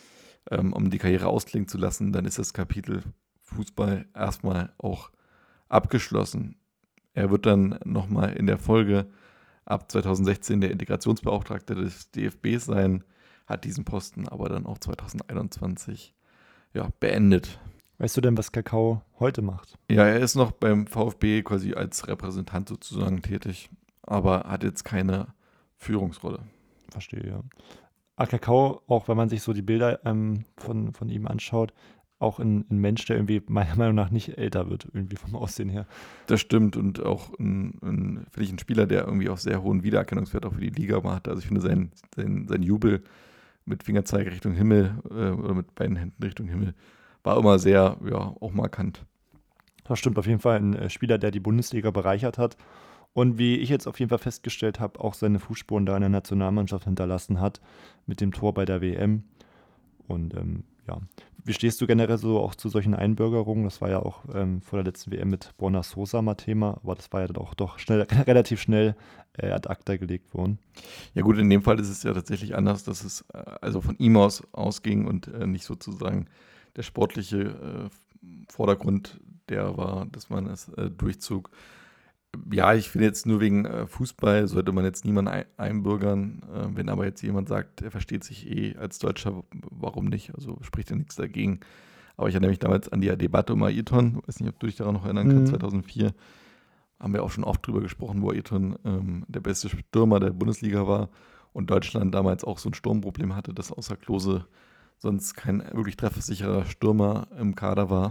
um die Karriere ausklingen zu lassen. Dann ist das Kapitel Fußball erstmal auch abgeschlossen. Er wird dann nochmal in der Folge ab 2016 der Integrationsbeauftragte des DFBs sein, hat diesen Posten aber dann auch 2021 beendet. Weißt du denn, was Kakao heute macht? Ja, er ist noch beim VfB quasi als Repräsentant sozusagen tätig, aber hat jetzt keine Führungsrolle. Verstehe, ja. Kakao, auch wenn man sich so die Bilder von ihm anschaut, auch ein Mensch, der irgendwie meiner Meinung nach nicht älter wird, irgendwie vom Aussehen her. Das stimmt und auch finde ich ein Spieler, der irgendwie auch sehr hohen Wiedererkennungswert auch für die Liga macht. Also ich finde sein Jubel mit Fingerzeig Richtung Himmel oder mit beiden Händen Richtung Himmel war immer sehr, auch markant. Das stimmt, auf jeden Fall ein Spieler, der die Bundesliga bereichert hat und wie ich jetzt auf jeden Fall festgestellt habe, auch seine Fußspuren da in der Nationalmannschaft hinterlassen hat mit dem Tor bei der WM. Und wie stehst du generell so auch zu solchen Einbürgerungen? Das war ja auch vor der letzten WM mit Borna Sosa mal Thema, aber das war ja dann auch doch relativ schnell ad acta gelegt worden. Ja gut, in dem Fall ist es ja tatsächlich anders, dass es also von ihm ausging und nicht sozusagen der sportliche Vordergrund, der war, dass man es durchzog. Ja, ich finde jetzt nur wegen Fußball sollte man jetzt niemanden einbürgern. Wenn aber jetzt jemand sagt, er versteht sich als Deutscher, warum nicht? Also spricht ja nichts dagegen. Aber ich erinnere mich damals an die Debatte um Ayrton. Ich weiß nicht, ob du dich daran noch erinnern kannst. 2004 haben wir auch schon oft drüber gesprochen, wo Ayrton der beste Stürmer der Bundesliga war und Deutschland damals auch so ein Sturmproblem hatte, dass außer Klose sonst kein wirklich treffsicherer Stürmer im Kader war.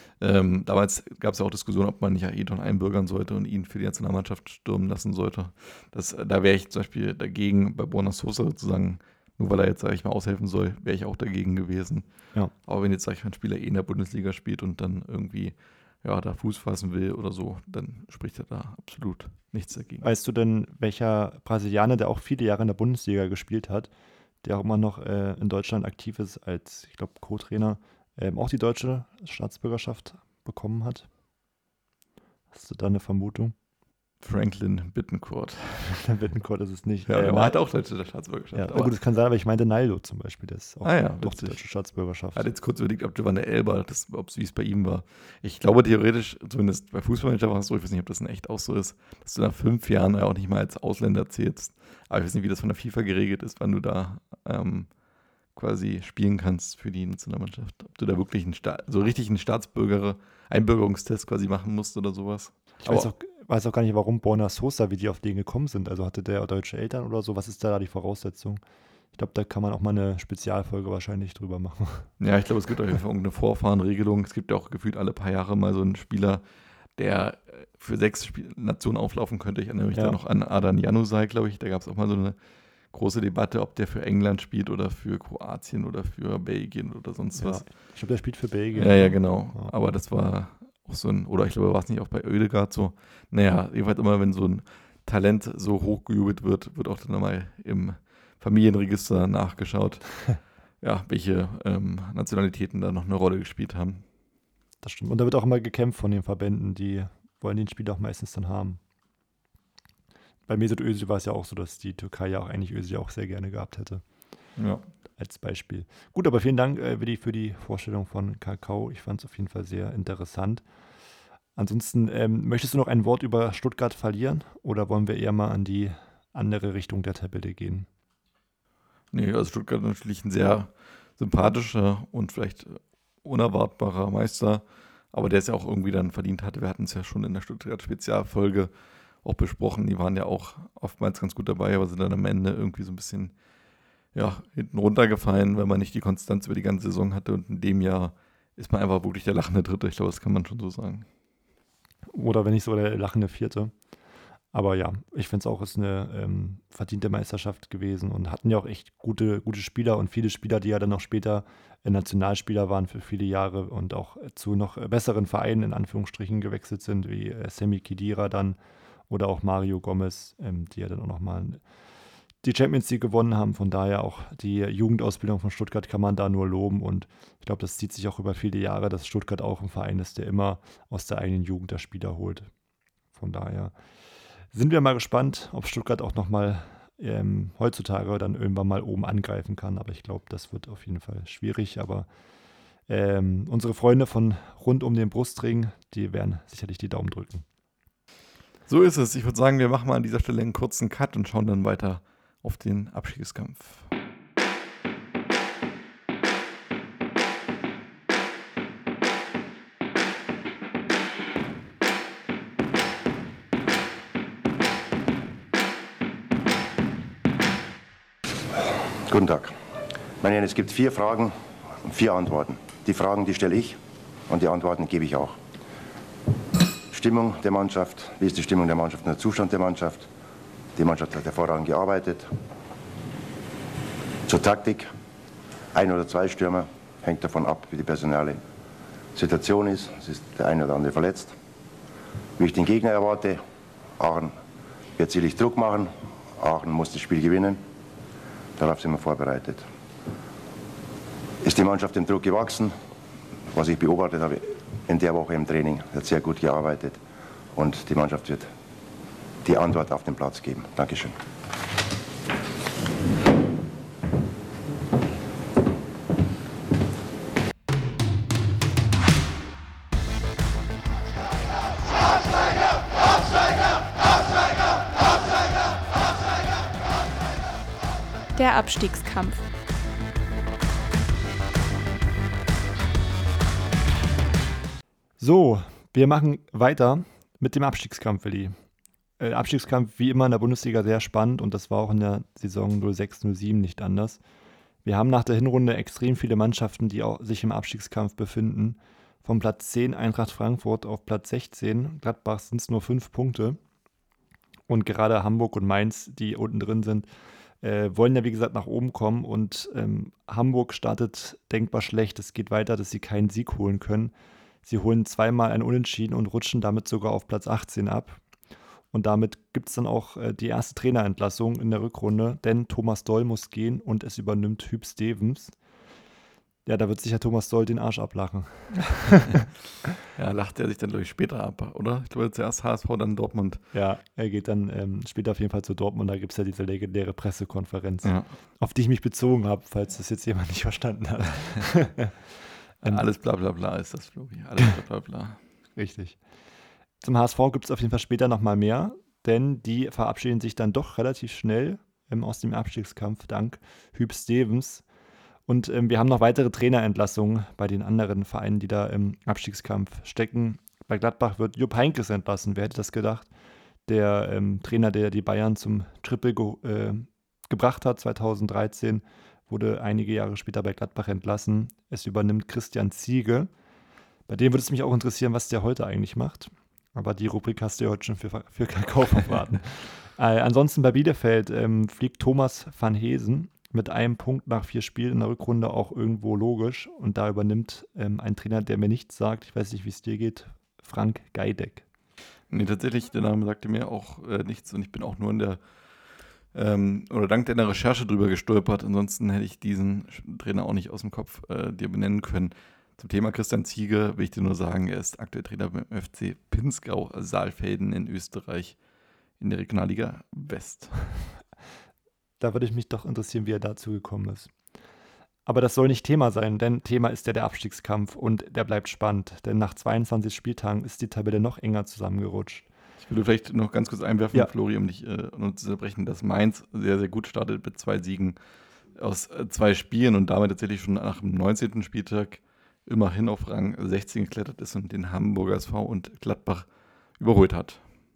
Damals gab es ja auch Diskussionen, ob man nicht Ayrton einbürgern sollte und ihn für die Nationalmannschaft stürmen lassen sollte. Da wäre ich zum Beispiel dagegen, bei Borna Sosa sozusagen, nur weil er jetzt, sage ich mal, aushelfen soll, wäre ich auch dagegen gewesen. Ja. Aber wenn jetzt, sage ich mal, ein Spieler in der Bundesliga spielt und dann irgendwie da Fuß fassen will oder so, dann spricht er da absolut nichts dagegen. Weißt du denn, welcher Brasilianer, der auch viele Jahre in der Bundesliga gespielt hat, der auch immer noch in Deutschland aktiv ist als, ich glaube, Co-Trainer, auch die deutsche Staatsbürgerschaft bekommen hat? Hast du da eine Vermutung? Franklin Bittencourt. Bittencourt ist es nicht. Ja, der hat auch deutsche Staatsbürgerschaft. Ja, gut, das kann sein, aber ich meinte Naldo zum Beispiel, der ist auch doch die deutsche Staatsbürgerschaft. Ich hatte jetzt kurz überlegt, ob Giovanni Elber, wie es bei ihm war. Ich glaube theoretisch, zumindest bei Fußballmanager war es so, ich weiß nicht, ob das in echt auch so ist, dass du nach 5 Jahren ja auch nicht mal als Ausländer zählst. Aber ich weiß nicht, wie das von der FIFA geregelt ist, wann du da quasi spielen kannst für die Nationalmannschaft. Ob du da wirklich einen Einbürgerungstest quasi machen musst oder sowas. Ich weiß auch gar nicht, warum Borna Sosa, wie die auf den gekommen sind. Also hatte der deutsche Eltern oder so? Was ist da die Voraussetzung? Ich glaube, da kann man auch mal eine Spezialfolge wahrscheinlich drüber machen. Ja, ich glaube, es gibt auf jeden Fall irgendeine Vorfahrenregelung. Es gibt ja auch gefühlt alle paar Jahre mal so einen Spieler, der für 6 Nationen auflaufen könnte. Ich erinnere mich da noch an Adan Januzaj, glaube ich. Da gab es auch mal so eine große Debatte, ob der für England spielt oder für Kroatien oder für Belgien oder sonst was. Ich glaube, der spielt für Belgien. Ja, genau. Ja. Aber das war auch so oder ich glaube, war es nicht auch bei Oedegaard so. Naja, jedenfalls immer, wenn so ein Talent so hochgejubelt wird auch dann nochmal im Familienregister nachgeschaut, welche Nationalitäten da noch eine Rolle gespielt haben. Das stimmt. Und da wird auch immer gekämpft von den Verbänden, die wollen den Spieler auch meistens dann haben. Bei Mesut Özil war es ja auch so, dass die Türkei ja auch eigentlich Özil auch sehr gerne gehabt hätte. Ja. Als Beispiel. Gut, aber vielen Dank, Willi, für die Vorstellung von Kakao. Ich fand es auf jeden Fall sehr interessant. Ansonsten, möchtest du noch ein Wort über Stuttgart verlieren oder wollen wir eher mal an die andere Richtung der Tabelle gehen? Nee, also Stuttgart natürlich ein sehr sympathischer und vielleicht unerwartbarer Meister, aber der es ja auch irgendwie dann verdient hatte. Wir hatten es ja schon in der Stuttgart-Spezialfolge auch besprochen. Die waren ja auch oftmals ganz gut dabei, aber sind dann am Ende irgendwie so ein bisschen hinten runtergefallen, weil man nicht die Konstanz über die ganze Saison hatte. Und in dem Jahr ist man einfach wirklich der lachende Dritte. Ich glaube, das kann man schon so sagen. Oder wenn nicht so der lachende Vierte. Aber ja, ich finde es auch, ist eine verdiente Meisterschaft gewesen und hatten ja auch echt gute Spieler und viele Spieler, die ja dann auch später Nationalspieler waren für viele Jahre und auch zu noch besseren Vereinen in Anführungsstrichen gewechselt sind, wie Semi Khedira dann oder auch Mario Gomez, die ja dann auch nochmal die Champions League gewonnen haben. Von daher auch die Jugendausbildung von Stuttgart kann man da nur loben. Und ich glaube, das zieht sich auch über viele Jahre, dass Stuttgart auch ein Verein ist, der immer aus der eigenen Jugend der Spieler holt. Von daher sind wir mal gespannt, ob Stuttgart auch nochmal heutzutage dann irgendwann mal oben angreifen kann. Aber ich glaube, das wird auf jeden Fall schwierig. Aber unsere Freunde von rund um den Brustring, die werden sicherlich die Daumen drücken. So ist es. Ich würde sagen, wir machen mal an dieser Stelle einen kurzen Cut und schauen dann weiter auf den Abstiegskampf. Guten Tag. Meine Herren, es gibt 4 Fragen und 4 Antworten. Die Fragen, die stelle ich und die Antworten gebe ich auch. Stimmung der Mannschaft, wie ist die Stimmung der Mannschaft und der Zustand der Mannschaft? Die Mannschaft hat hervorragend gearbeitet. Zur Taktik, 1 oder 2 Stürmer, hängt davon ab, wie die personelle Situation ist. Es ist der eine oder andere verletzt. Wie ich den Gegner erwarte, Aachen wird sicherlich Druck machen. Aachen muss das Spiel gewinnen. Darauf sind wir vorbereitet. Ist die Mannschaft dem Druck gewachsen? Was ich beobachtet habe in der Woche im Training, hat sehr gut gearbeitet und die Mannschaft wird die Antwort auf den Platz geben. Dankeschön. Der Abstiegskampf. So, wir machen weiter mit dem Abstiegskampf, Willi. Abstiegskampf wie immer in der Bundesliga sehr spannend und das war auch in der Saison 06/07 nicht anders. Wir haben nach der Hinrunde extrem viele Mannschaften, die auch sich im Abstiegskampf befinden. Vom Platz 10 Eintracht Frankfurt auf Platz 16, Gladbach sind es nur 5 Punkte. Und gerade Hamburg und Mainz, die unten drin sind, wollen ja wie gesagt nach oben kommen und Hamburg startet denkbar schlecht. Es geht weiter, dass sie keinen Sieg holen können. Sie holen zweimal ein Unentschieden und rutschen damit sogar auf Platz 18 ab. Und damit gibt es dann auch die erste Trainerentlassung in der Rückrunde, denn Thomas Doll muss gehen und es übernimmt Huub Stevens. Ja, da wird sich ja Thomas Doll den Arsch ablachen. Ja, lacht er sich dann, glaube ich, später ab, oder? Ich glaube, zuerst HSV, dann Dortmund. Ja, er geht dann später auf jeden Fall zu Dortmund. Da gibt es ja diese legendäre Pressekonferenz, Ja. auf die ich mich bezogen habe, falls das jetzt jemand nicht verstanden hat. Alles bla bla bla ist das, Flobi. Alles bla bla bla. Richtig. Zum HSV gibt es auf jeden Fall später nochmal mehr, denn die verabschieden sich dann doch relativ schnell aus dem Abstiegskampf dank Huub Stevens. Und wir haben noch weitere Trainerentlassungen bei den anderen Vereinen, die da im Abstiegskampf stecken. Bei Gladbach wird Jupp Heynckes entlassen. Wer hätte das gedacht? Der Trainer, der die Bayern zum Triple gebracht hat, 2013, wurde einige Jahre später bei Gladbach entlassen. Es übernimmt Christian Ziege. Bei dem würde es mich auch interessieren, was der heute eigentlich macht. Aber die Rubrik hast du ja heute schon für Kakao verbraten. Ansonsten bei Bielefeld fliegt Thomas van Heesen mit einem Punkt nach 4 Spielen in der Rückrunde, auch irgendwo logisch. Und da übernimmt ein Trainer, der mir nichts sagt, ich weiß nicht, wie es dir geht, Frank Geideck. Nee, tatsächlich, der Name sagte mir auch nichts und ich bin auch nur oder dank deiner Recherche drüber gestolpert. Ansonsten hätte ich diesen Trainer auch nicht aus dem Kopf dir benennen können. Zum Thema Christian Ziege will ich dir nur sagen, er ist aktuell Trainer beim FC Pinzgau Saalfelden in Österreich in der Regionalliga West. Da würde ich mich doch interessieren, wie er dazu gekommen ist. Aber das soll nicht Thema sein, denn Thema ist ja der Abstiegskampf und der bleibt spannend. Denn nach 22 Spieltagen ist die Tabelle noch enger zusammengerutscht. Ich würde vielleicht noch ganz kurz einwerfen, Ja. Flori, um dich zu unterbrechen, dass Mainz sehr, sehr gut startet mit 2 Siegen aus 2 Spielen und damit tatsächlich schon nach dem 19. Spieltag immerhin auf Rang 16 geklettert ist und den Hamburger SV und Gladbach überholt hat.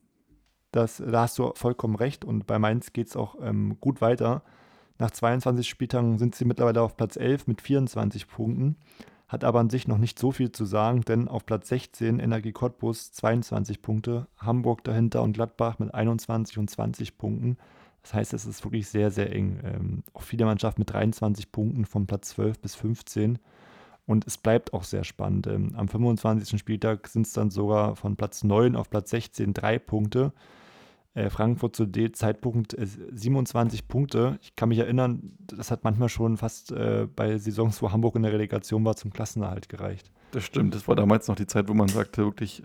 Da hast du vollkommen recht und bei Mainz geht es auch gut weiter. Nach 22 Spieltagen sind sie mittlerweile auf Platz 11 mit 24 Punkten, hat aber an sich noch nicht so viel zu sagen, denn auf Platz 16 Energie Cottbus 22 Punkte, Hamburg dahinter und Gladbach mit 21 und 20 Punkten. Das heißt, es ist wirklich sehr, sehr eng. Auch viele Mannschaften mit 23 Punkten von Platz 12 bis 15. Und es bleibt auch sehr spannend. Am 25. Spieltag sind es dann sogar von Platz 9 auf Platz 16 3 Punkte. Frankfurt zu dem Zeitpunkt 27 Punkte. Ich kann mich erinnern, das hat manchmal schon fast bei Saisons, wo Hamburg in der Relegation war, zum Klassenerhalt gereicht. Das stimmt, das war damals noch die Zeit, wo man sagte, wirklich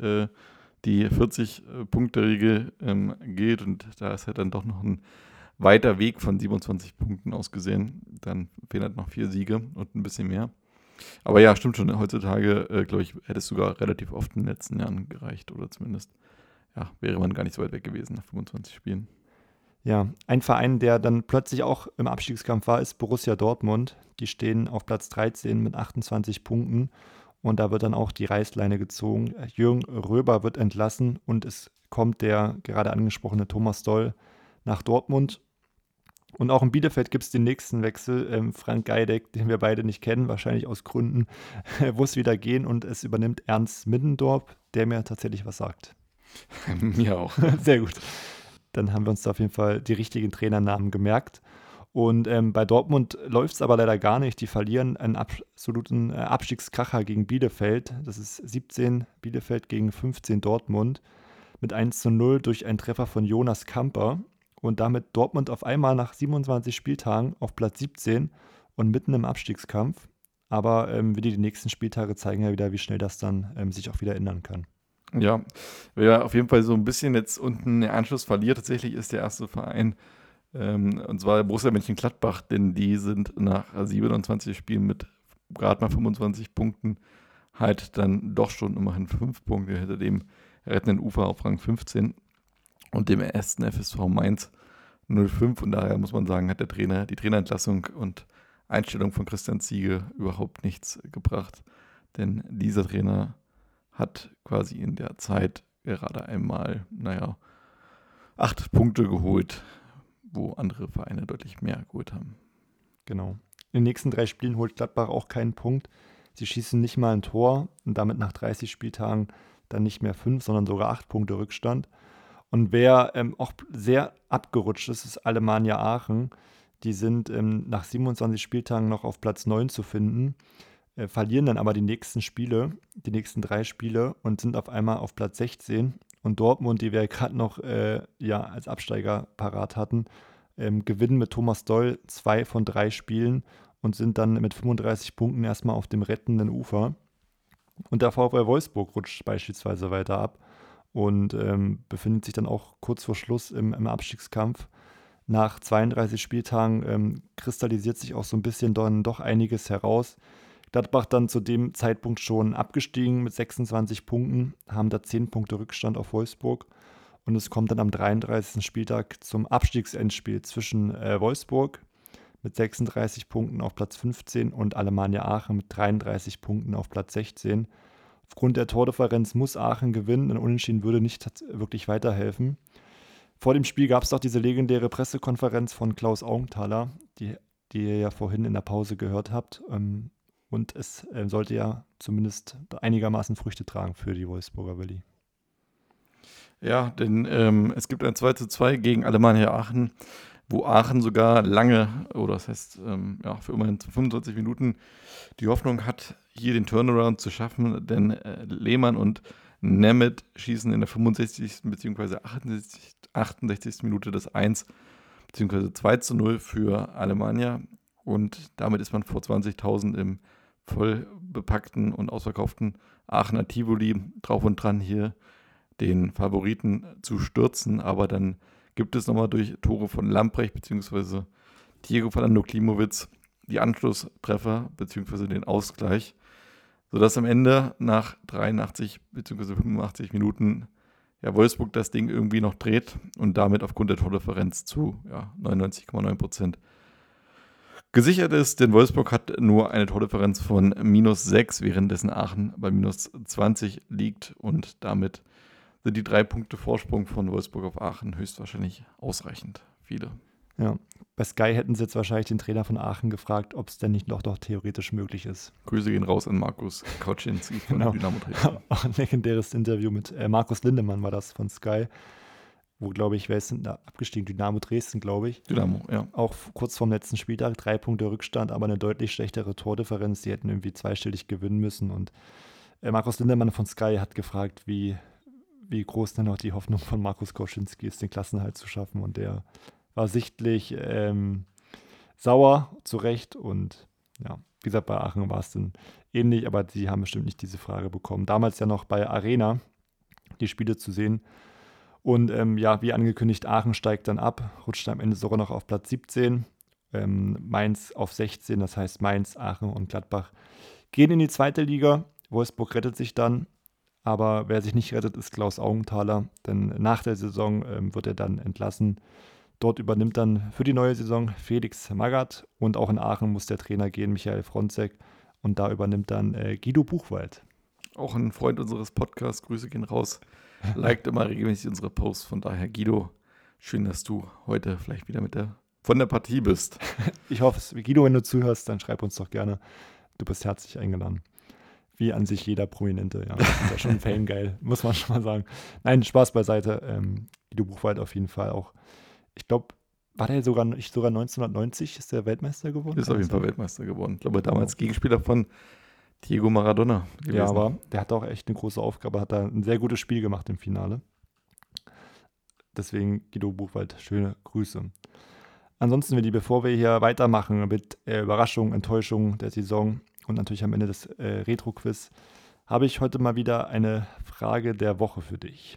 die 40-Punkte-Regel gilt und da ist halt dann doch noch ein weiter Weg von 27 Punkten ausgesehen. Dann fehlen halt noch 4 Siege und ein bisschen mehr. Aber ja, stimmt schon, heutzutage, glaube ich, hätte es sogar relativ oft in den letzten Jahren gereicht oder zumindest, ja, wäre man gar nicht so weit weg gewesen nach 25 Spielen. Ja, ein Verein, der dann plötzlich auch im Abstiegskampf war, ist Borussia Dortmund. Die stehen auf Platz 13 mit 28 Punkten und da wird dann auch die Reißleine gezogen. Jürgen Röber wird entlassen und es kommt der gerade angesprochene Thomas Doll nach Dortmund. Und auch in Bielefeld gibt es den nächsten Wechsel. Frank Geideck, den wir beide nicht kennen, wahrscheinlich aus Gründen, muss wieder gehen und es übernimmt Ernst Middendorp, der mir tatsächlich was sagt. Mir auch. Sehr gut. Dann haben wir uns da auf jeden Fall die richtigen Trainernamen gemerkt. Und bei Dortmund läuft es aber leider gar nicht. Die verlieren einen absoluten Abstiegskracher gegen Bielefeld. Das ist 17 Bielefeld gegen 15 Dortmund mit 1:0 durch einen Treffer von Jonas Kamper. Und damit Dortmund auf einmal nach 27 Spieltagen auf Platz 17 und mitten im Abstiegskampf. Aber die nächsten Spieltage zeigen ja wieder, wie schnell das dann sich auch wieder ändern kann. Ja, wer auf jeden Fall so ein bisschen jetzt unten den Anschluss verliert, tatsächlich ist der erste Verein, und zwar Borussia Mönchengladbach, denn die sind nach 27 Spielen mit gerade mal 25 Punkten halt dann doch schon immerhin 5 Punkte hinter dem rettenden Ufer auf Rang 15 und dem ersten FSV Mainz 05 und daher muss man sagen, hat die Trainerentlassung und Einstellung von Christian Ziege überhaupt nichts gebracht, denn dieser Trainer hat quasi in der Zeit gerade einmal, 8 Punkte geholt, wo andere Vereine deutlich mehr geholt haben. Genau. In den nächsten 3 Spielen holt Gladbach auch keinen Punkt. Sie schießen nicht mal ein Tor und damit nach 30 Spieltagen dann nicht mehr 5, sondern sogar 8 Punkte Rückstand. Und wer auch sehr abgerutscht ist, ist Alemannia Aachen. Die sind nach 27 Spieltagen noch auf Platz 9 zu finden. verlieren dann aber die nächsten 3 Spiele und sind auf einmal auf Platz 16. Und Dortmund, die wir gerade noch als Absteiger parat hatten, gewinnen mit Thomas Doll 2 von 3 Spielen und sind dann mit 35 Punkten erstmal auf dem rettenden Ufer. Und der VfL Wolfsburg rutscht beispielsweise weiter ab und befindet sich dann auch kurz vor Schluss im Abstiegskampf. Nach 32 Spieltagen kristallisiert sich auch so ein bisschen dann doch einiges heraus. Gladbach dann zu dem Zeitpunkt schon abgestiegen mit 26 Punkten, haben da 10 Punkte Rückstand auf Wolfsburg. Und es kommt dann am 33. Spieltag zum Abstiegsendspiel zwischen Wolfsburg mit 36 Punkten auf Platz 15 und Alemannia Aachen mit 33 Punkten auf Platz 16. Aufgrund der Tordifferenz muss Aachen gewinnen, ein Unentschieden würde nicht wirklich weiterhelfen. Vor dem Spiel gab es auch diese legendäre Pressekonferenz von Klaus Augenthaler, die ihr ja vorhin in der Pause gehört habt. Und es sollte ja zumindest einigermaßen Früchte tragen für die Wolfsburger, Willi. Ja, denn es gibt ein 2:2 gegen Alemannia Aachen, wo Aachen sogar lange, oder das heißt für immerhin 25 Minuten, die Hoffnung hat, hier den Turnaround zu schaffen, denn Lehmann und Nemeth schießen in der 65. bzw. 68. Minute das 1 bzw. 2:0 für Alemannia und damit ist man vor 20.000 im voll bepackten und ausverkauften Aachener Tivoli drauf und dran, hier den Favoriten zu stürzen, aber dann gibt es nochmal durch Tore von Lamprecht bzw. Diego Fernando Klimowitz die Anschlusstreffer bzw. den Ausgleich, sodass am Ende nach 83 bzw. 85 Minuten Wolfsburg das Ding irgendwie noch dreht und damit aufgrund der Tordifferenz zu 99,9% gesichert ist, denn Wolfsburg hat nur eine Tordifferenz von -6, währenddessen Aachen bei -20 liegt und damit sind die 3 Punkte Vorsprung von Wolfsburg auf Aachen höchstwahrscheinlich ausreichend. Viele. Ja, bei Sky hätten sie jetzt wahrscheinlich den Trainer von Aachen gefragt, ob es denn nicht doch theoretisch möglich ist. Grüße gehen raus an Markus Kauczynski von Dynamo Dresden. Auch ein legendäres Interview mit Markus Lindemann war das von Sky, wo, glaube ich, wer ist denn da abgestiegen? Dynamo Dresden, glaube ich. Dynamo, ja. Auch kurz vorm letzten Spieltag, 3 Punkte Rückstand, aber eine deutlich schlechtere Tordifferenz. Die hätten irgendwie zweistellig gewinnen müssen. Und Markus Lindemann von Sky hat gefragt, wie groß denn noch die Hoffnung von Markus Kauczynski ist, den Klassenerhalt zu schaffen. Und der war sichtlich sauer, zu Recht. Und ja, wie gesagt, bei Aachen war es dann ähnlich, aber sie haben bestimmt nicht diese Frage bekommen. Damals ja noch bei Arena die Spiele zu sehen. Und wie angekündigt, Aachen steigt dann ab, rutscht am Ende sogar noch auf Platz 17, Mainz auf 16, das heißt Mainz, Aachen und Gladbach gehen in die zweite Liga. Wolfsburg rettet sich dann, aber wer sich nicht rettet, ist Klaus Augenthaler, denn nach der Saison wird er dann entlassen. Dort übernimmt dann für die neue Saison Felix Magath und auch in Aachen muss der Trainer gehen, Michael Fronzek, und da übernimmt dann Guido Buchwald. Auch ein Freund unseres Podcasts, Grüße gehen raus. Liked immer regelmäßig unsere Posts. Von daher, Guido, schön, dass du heute vielleicht wieder von der Partie bist. Ich hoffe es. Guido, wenn du zuhörst, dann schreib uns doch gerne. Du bist herzlich eingeladen. Wie an sich jeder Prominente. Ja, das ist ja schon famegeil, muss man schon mal sagen. Nein, Spaß beiseite. Guido Buchwald auf jeden Fall auch. Ich glaube, war der sogar 1990 ist der Weltmeister geworden? Ist auf jeden Fall Weltmeister geworden. Ich glaube, damals Gegenspieler von Diego Maradona gewesen. Ja, aber der hat auch echt eine große Aufgabe, hat da ein sehr gutes Spiel gemacht im Finale. Deswegen Guido Buchwald, schöne Grüße. Ansonsten, Willi, bevor wir hier weitermachen mit Überraschungen, Enttäuschungen der Saison und natürlich am Ende des Retro-Quiz, habe ich heute mal wieder eine Frage der Woche für dich.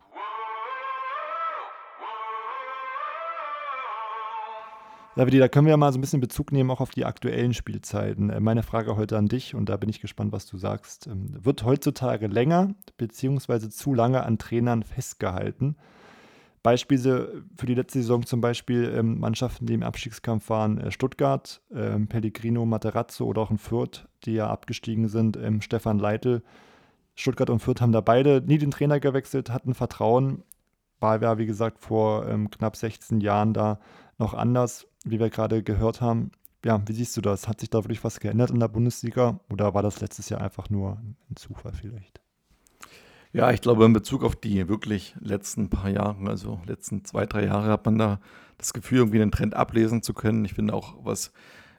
Davide, da können wir ja mal so ein bisschen Bezug nehmen, auch auf die aktuellen Spielzeiten. Meine Frage heute an dich, und da bin ich gespannt, was du sagst. Wird heutzutage länger bzw. zu lange an Trainern festgehalten? Beispiele für die letzte Saison zum Beispiel Mannschaften, die im Abstiegskampf waren, Stuttgart, Pellegrino, Materazzo oder auch in Fürth, die ja abgestiegen sind, Stefan Leitl. Stuttgart und Fürth haben da beide nie den Trainer gewechselt, hatten Vertrauen. War ja, wie gesagt, vor knapp 16 Jahren da noch anders, wie wir gerade gehört haben. Ja, wie siehst du das? Hat sich da wirklich was geändert in der Bundesliga oder war das letztes Jahr einfach nur ein Zufall vielleicht? Ja, ich glaube, in Bezug auf die wirklich letzten paar Jahre, also letzten 2-3 Jahre, hat man da das Gefühl, irgendwie einen Trend ablesen zu können. Ich finde auch, was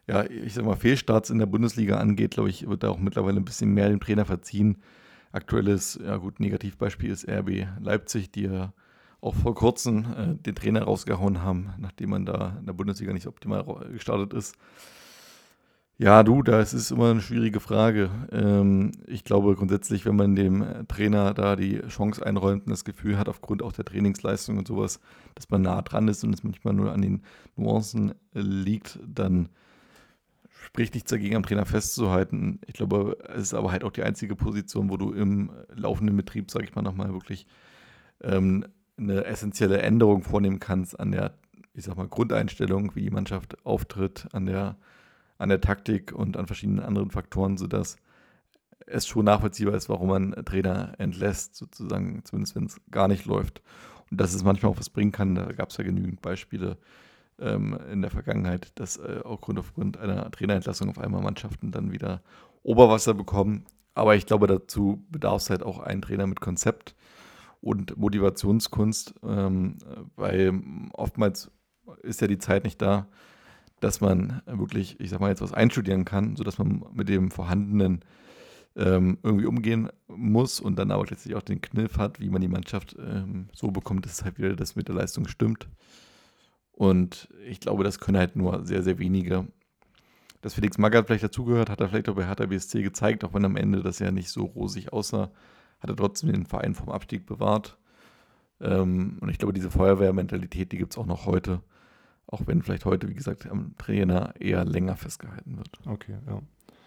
Ja, ich sag mal, Fehlstarts in der Bundesliga angeht, glaube ich, wird da auch mittlerweile ein bisschen mehr dem Trainer verziehen. Aktuelles, ja gut, Negativbeispiel ist RB Leipzig, die ja auch vor kurzem den Trainer rausgehauen haben, nachdem man da in der Bundesliga nicht optimal gestartet ist. Ja, du, das ist immer eine schwierige Frage. Ich glaube grundsätzlich, wenn man dem Trainer da die Chance einräumt und das Gefühl hat, aufgrund auch der Trainingsleistung und sowas, dass man nah dran ist und es manchmal nur an den Nuancen liegt, dann spricht nichts dagegen, am Trainer festzuhalten. Ich glaube, es ist aber halt auch die einzige Position, wo du im laufenden Betrieb, sage ich mal nochmal, wirklich eine essentielle Änderung vornehmen kannst an der, ich sag mal, Grundeinstellung, wie die Mannschaft auftritt, an der Taktik und an verschiedenen anderen Faktoren, sodass es schon nachvollziehbar ist, warum man Trainer entlässt, sozusagen, zumindest wenn es gar nicht läuft. Und dass es manchmal auch was bringen kann, da gab es ja genügend Beispiele in der Vergangenheit, dass aufgrund einer Trainerentlassung auf einmal Mannschaften dann wieder Oberwasser bekommen. Aber ich glaube, dazu bedarf es halt auch einen Trainer mit Konzept und Motivationskunst, weil oftmals ist ja die Zeit nicht da, dass man wirklich, ich sag mal, jetzt was einstudieren kann, sodass man mit dem Vorhandenen irgendwie umgehen muss und dann aber letztlich auch den Kniff hat, wie man die Mannschaft so bekommt, dass es halt wieder das mit der Leistung stimmt. Und ich glaube, das können halt nur sehr, sehr wenige. Dass Felix Magath vielleicht dazugehört, hat er vielleicht auch bei Hertha BSC gezeigt, auch wenn am Ende das ja nicht so rosig aussah, hat er trotzdem den Verein vom Abstieg bewahrt. Und ich glaube, diese Feuerwehrmentalität, die gibt es auch noch heute. Auch wenn vielleicht heute, wie gesagt, am Trainer eher länger festgehalten wird. Okay, ja.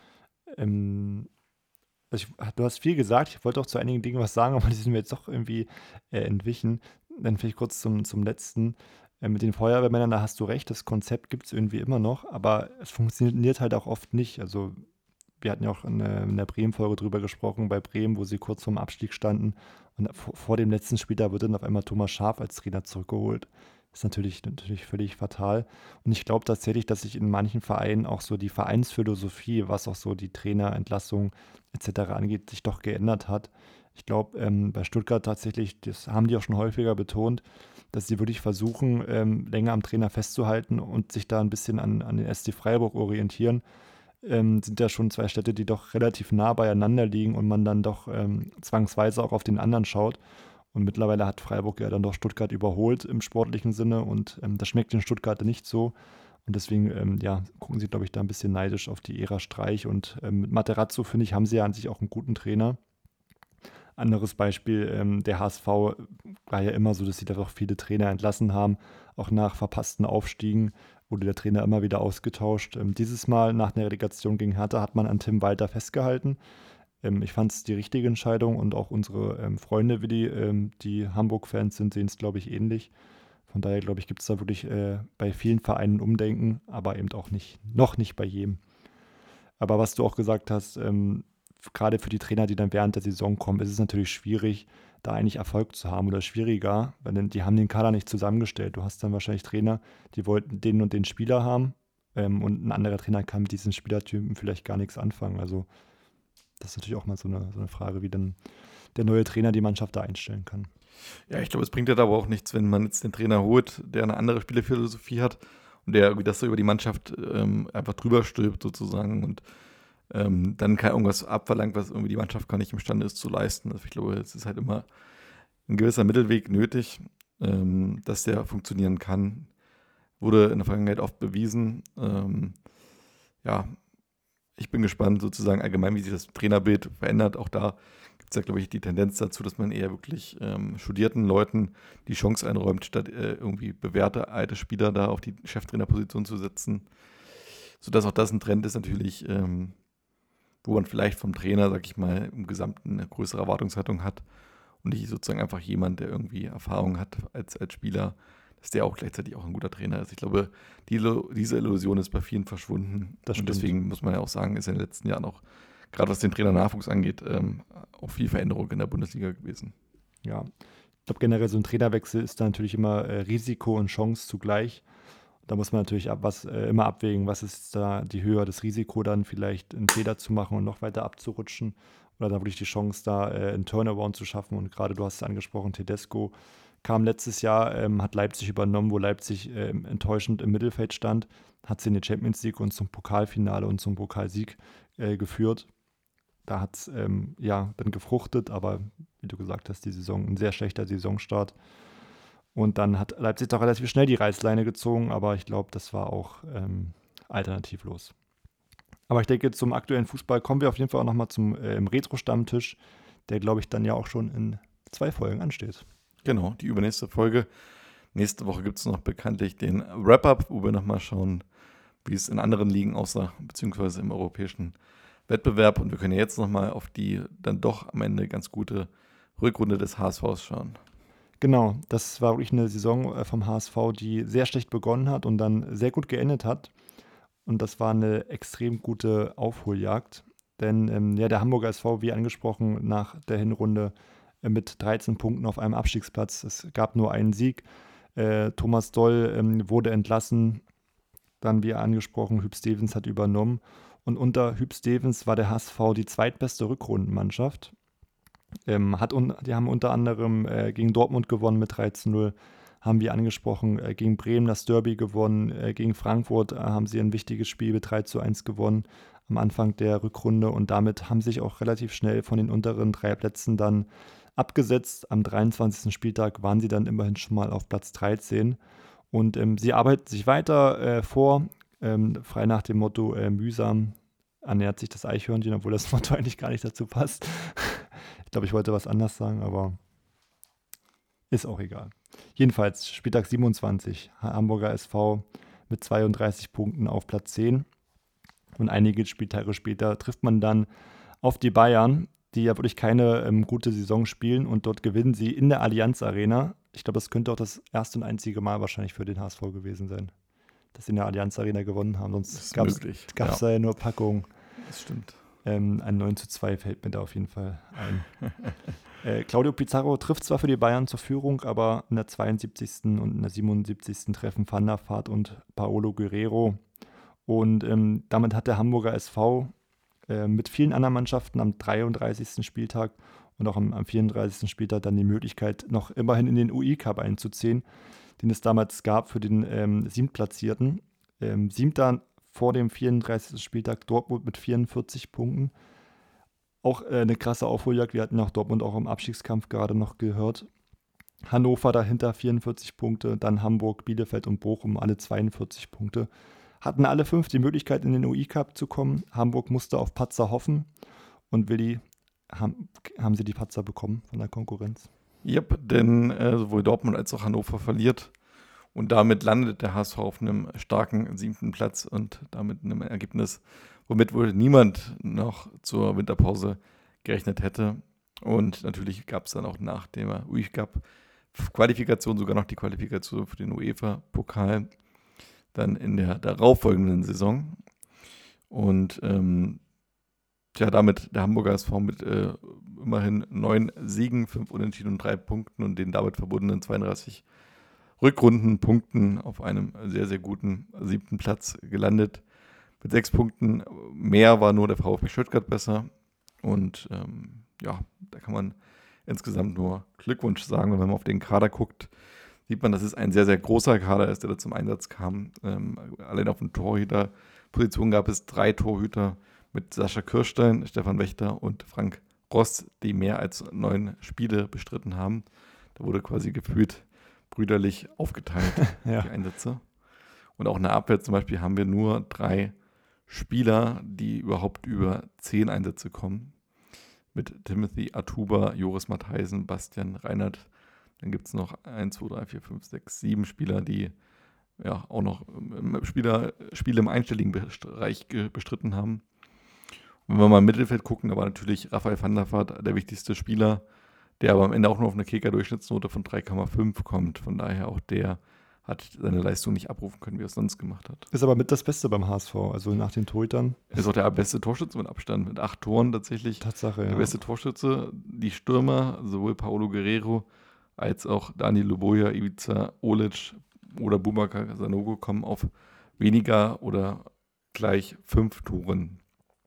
Du hast viel gesagt. Ich wollte auch zu einigen Dingen was sagen, aber die sind mir jetzt doch irgendwie entwichen. Dann vielleicht kurz zum letzten. Mit den Feuerwehrmännern, da hast du recht, das Konzept gibt es irgendwie immer noch, aber es funktioniert halt auch oft nicht. Also wir hatten ja auch in der Bremen-Folge drüber gesprochen, bei Bremen, wo sie kurz vorm Abstieg standen. Und vor dem letzten Spiel, da wird dann auf einmal Thomas Schaaf als Trainer zurückgeholt. Das ist natürlich völlig fatal. Und ich glaube tatsächlich, dass sich in manchen Vereinen auch so die Vereinsphilosophie, was auch so die Trainerentlassung etc. angeht, sich doch geändert hat. Ich glaube, bei Stuttgart tatsächlich, das haben die auch schon häufiger betont, dass sie wirklich versuchen, länger am Trainer festzuhalten und sich da ein bisschen an den SC Freiburg orientieren. Sind ja schon zwei Städte, die doch relativ nah beieinander liegen und man dann doch zwangsweise auch auf den anderen schaut. Und mittlerweile hat Freiburg ja dann doch Stuttgart überholt im sportlichen Sinne und das schmeckt den Stuttgarter nicht so. Und deswegen, gucken sie, glaube ich, da ein bisschen neidisch auf die Ära Streich. Und mit Materazzo, finde ich, haben sie ja an sich auch einen guten Trainer. Anderes Beispiel, der HSV war ja immer so, dass sie da doch viele Trainer entlassen haben. Auch nach verpassten Aufstiegen wurde der Trainer immer wieder ausgetauscht. Dieses Mal nach einer Relegation gegen Hertha hat man an Tim Walter festgehalten. Ich fand es die richtige Entscheidung und auch unsere Freunde, die Hamburg-Fans sind, sehen es, glaube ich, ähnlich. Von daher, glaube ich, gibt es da wirklich bei vielen Vereinen Umdenken, aber eben auch noch nicht bei jedem. Aber was du auch gesagt hast, gerade für die Trainer, die dann während der Saison kommen, ist es natürlich schwierig, da eigentlich Erfolg zu haben oder schwieriger, weil die haben den Kader nicht zusammengestellt. Du hast dann wahrscheinlich Trainer, die wollten den und den Spieler haben und ein anderer Trainer kann mit diesen Spielertypen vielleicht gar nichts anfangen. Also das ist natürlich auch mal so eine Frage, wie dann der neue Trainer die Mannschaft da einstellen kann. Ja, ich glaube, es bringt ja aber auch nichts, wenn man jetzt den Trainer holt, der eine andere Spielerphilosophie hat und der irgendwie das so über die Mannschaft einfach drüber stülpt sozusagen und dann kann irgendwas abverlangt, was irgendwie die Mannschaft gar nicht imstande ist zu leisten. Also ich glaube, es ist halt immer ein gewisser Mittelweg nötig, dass der funktionieren kann. Wurde in der Vergangenheit oft bewiesen. Ich bin gespannt sozusagen allgemein, wie sich das Trainerbild verändert. Auch da gibt es ja, glaube ich, die Tendenz dazu, dass man eher wirklich studierten Leuten die Chance einräumt, statt irgendwie bewährte alte Spieler da auf die Cheftrainerposition zu setzen. Sodass auch das ein Trend ist natürlich, wo man vielleicht vom Trainer, sag ich mal, im Gesamten eine größere Erwartungshaltung hat und nicht sozusagen einfach jemand, der irgendwie Erfahrung hat als Spieler, dass der auch gleichzeitig auch ein guter Trainer ist. Ich glaube, diese Illusion ist bei vielen verschwunden. Und deswegen muss man ja auch sagen, ist in den letzten Jahren auch, gerade was den Trainernachwuchs angeht, auch viel Veränderung in der Bundesliga gewesen. Ja, ich glaube generell so ein Trainerwechsel ist da natürlich immer Risiko und Chance zugleich. Da muss man natürlich immer abwägen, was ist da die Höhe, das Risiko dann vielleicht einen Fehler zu machen und noch weiter abzurutschen oder da wirklich die Chance da einen Turnaround zu schaffen und gerade du hast es angesprochen, Tedesco kam letztes Jahr, hat Leipzig übernommen, wo Leipzig enttäuschend im Mittelfeld stand, hat sie in die Champions League und zum Pokalfinale und zum Pokalsieg geführt. Da hat es dann gefruchtet, aber wie du gesagt hast, die Saison, ein sehr schlechter Saisonstart. Und dann hat Leipzig doch relativ schnell die Reißleine gezogen, aber ich glaube, das war auch alternativlos. Aber ich denke, zum aktuellen Fußball kommen wir auf jeden Fall auch nochmal zum Retro-Stammtisch, der, glaube ich, dann ja auch schon in 2 Folgen ansteht. Genau, die übernächste Folge. Nächste Woche gibt es noch bekanntlich den Wrap-Up, wo wir nochmal schauen, wie es in anderen Ligen aussah, beziehungsweise im europäischen Wettbewerb. Und wir können jetzt nochmal auf die dann doch am Ende ganz gute Rückrunde des HSVs schauen. Genau, das war wirklich eine Saison vom HSV, die sehr schlecht begonnen hat und dann sehr gut geendet hat. Und das war eine extrem gute Aufholjagd. Denn der Hamburger SV, wie angesprochen, nach der Hinrunde mit 13 Punkten auf einem Abstiegsplatz. Es gab nur einen Sieg. Thomas Doll wurde entlassen. Dann, wie angesprochen, Hüb Stevens hat übernommen. Und unter Hüb Stevens war der HSV die zweitbeste Rückrundenmannschaft. Die haben unter anderem gegen Dortmund gewonnen mit 3-0, haben wir angesprochen, gegen Bremen das Derby gewonnen, gegen Frankfurt haben sie ein wichtiges Spiel mit 3-1 gewonnen am Anfang der Rückrunde und damit haben sich auch relativ schnell von den unteren 3 Plätzen dann abgesetzt. Am 23. Spieltag waren sie dann immerhin schon mal auf Platz 13 und sie arbeiten sich weiter vor, frei nach dem Motto mühsam ernährt sich das Eichhörnchen, obwohl das Motto eigentlich gar nicht dazu passt. Ich glaube, ich wollte was anderes sagen, aber ist auch egal. Jedenfalls, Spieltag 27, Hamburger SV mit 32 Punkten auf Platz 10. Und einige Spieltage später trifft man dann auf die Bayern, die ja wirklich keine gute Saison spielen. Und dort gewinnen sie in der Allianz Arena. Ich glaube, das könnte auch das erste und einzige Mal wahrscheinlich für den HSV gewesen sein, dass sie in der Allianz Arena gewonnen haben. Sonst gab es da ja nur Packungen. Das stimmt. Ein 9-2 fällt mir da auf jeden Fall ein. Claudio Pizarro trifft zwar für die Bayern zur Führung, aber in der 72. und in der 77. treffen Van der Vaart und Paolo Guerrero. Und damit hat der Hamburger SV mit vielen anderen Mannschaften am 33. Spieltag und auch am 34. Spieltag dann die Möglichkeit, noch immerhin in den UI-Cup einzuziehen, den es damals gab für den 7. Platzierten. 7. vor dem 34. Spieltag Dortmund mit 44 Punkten. Auch eine krasse Aufholjagd. Wir hatten auch Dortmund auch im Abstiegskampf gerade noch gehört. Hannover dahinter 44 Punkte, dann Hamburg, Bielefeld und Bochum alle 42 Punkte. Hatten alle 5 die Möglichkeit, in den UI-Cup zu kommen. Hamburg musste auf Patzer hoffen. Und Willi, haben sie die Patzer bekommen von der Konkurrenz? Yep, denn sowohl Dortmund als auch Hannover verliert. Und damit landet der HSV auf einem starken 7. Platz und damit einem Ergebnis, womit wohl niemand noch zur Winterpause gerechnet hätte. Und natürlich gab es dann auch nach der UI-Cup-Qualifikation sogar noch die Qualifikation für den UEFA-Pokal dann in der darauffolgenden Saison. Und damit der Hamburger SV mit immerhin 9 Siegen, 5 Unentschieden und 3 Punkten und den damit verbundenen 32 Rückrundenpunkten auf einem sehr, sehr guten 7. Platz gelandet. Mit 6 Punkten mehr war nur der VfB Stuttgart besser. Und da kann man insgesamt nur Glückwunsch sagen. Wenn man auf den Kader guckt, sieht man, dass es ein sehr, sehr großer Kader ist, der da zum Einsatz kam. Allein auf den Torhüterpositionen gab es 3 Torhüter mit Sascha Kirstein, Stefan Wächter und Frank Ross, die mehr als 9 Spiele bestritten haben. Da wurde quasi gefühlt brüderlich aufgeteilt, Ja. die Einsätze. Und auch in der Abwehr zum Beispiel haben wir nur 3 Spieler, die überhaupt über 10 Einsätze kommen. Mit Timothy Atuba, Joris Matthijsen, Bastian Reinhardt. Dann gibt es noch 1, 2, 3, 4, 5, 6, 7 Spieler, die ja auch noch Spiele im einstelligen Bereich bestritten haben. Und wenn wir mal im Mittelfeld gucken, da war natürlich Raphael van der Vaart der wichtigste Spieler, der aber am Ende auch nur auf eine Kicker-Durchschnittsnote von 3,5 kommt. Von daher auch der hat seine Leistung nicht abrufen können, wie er es sonst gemacht hat. Ist aber mit das Beste beim HSV, also nach den Torhütern. Ist auch der beste Torschütze mit Abstand, mit 8 Toren tatsächlich. Tatsache, ja. Der beste Torschütze, die Stürmer, sowohl Paolo Guerrero als auch Dani Luboja, Ivica Olic oder Boubacar Sanogo kommen auf weniger oder gleich 5 Toren.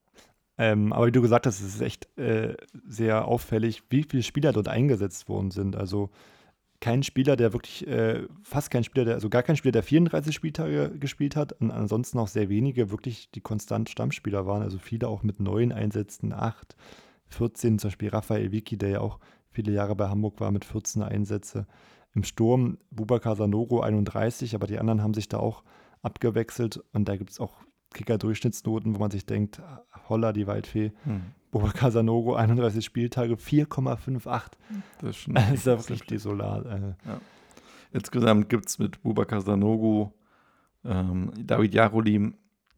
Aber wie du gesagt hast, es ist echt sehr auffällig, wie viele Spieler dort eingesetzt worden sind. Also keinen Spieler, der wirklich, fast kein Spieler, also gar kein Spieler, der 34 Spieltage gespielt hat. Und ansonsten auch sehr wenige wirklich, die konstant Stammspieler waren. Also viele auch mit 9 Einsätzen, 8, 14, zum Beispiel Raphael Vicky, der ja auch viele Jahre bei Hamburg war, mit 14 Einsätze. Im Sturm Boubacar Sanogo 31, aber die anderen haben sich da auch abgewechselt. Und da gibt es auch Kicker-Durchschnittsnoten, wo man sich denkt, holla, die Waldfee. Boubacar Sanogo 31 Spieltage, 4,58. Das ist Das ist ja wirklich desolat. Ja. Insgesamt gibt es mit Boubacar Sanogo, David Jarolim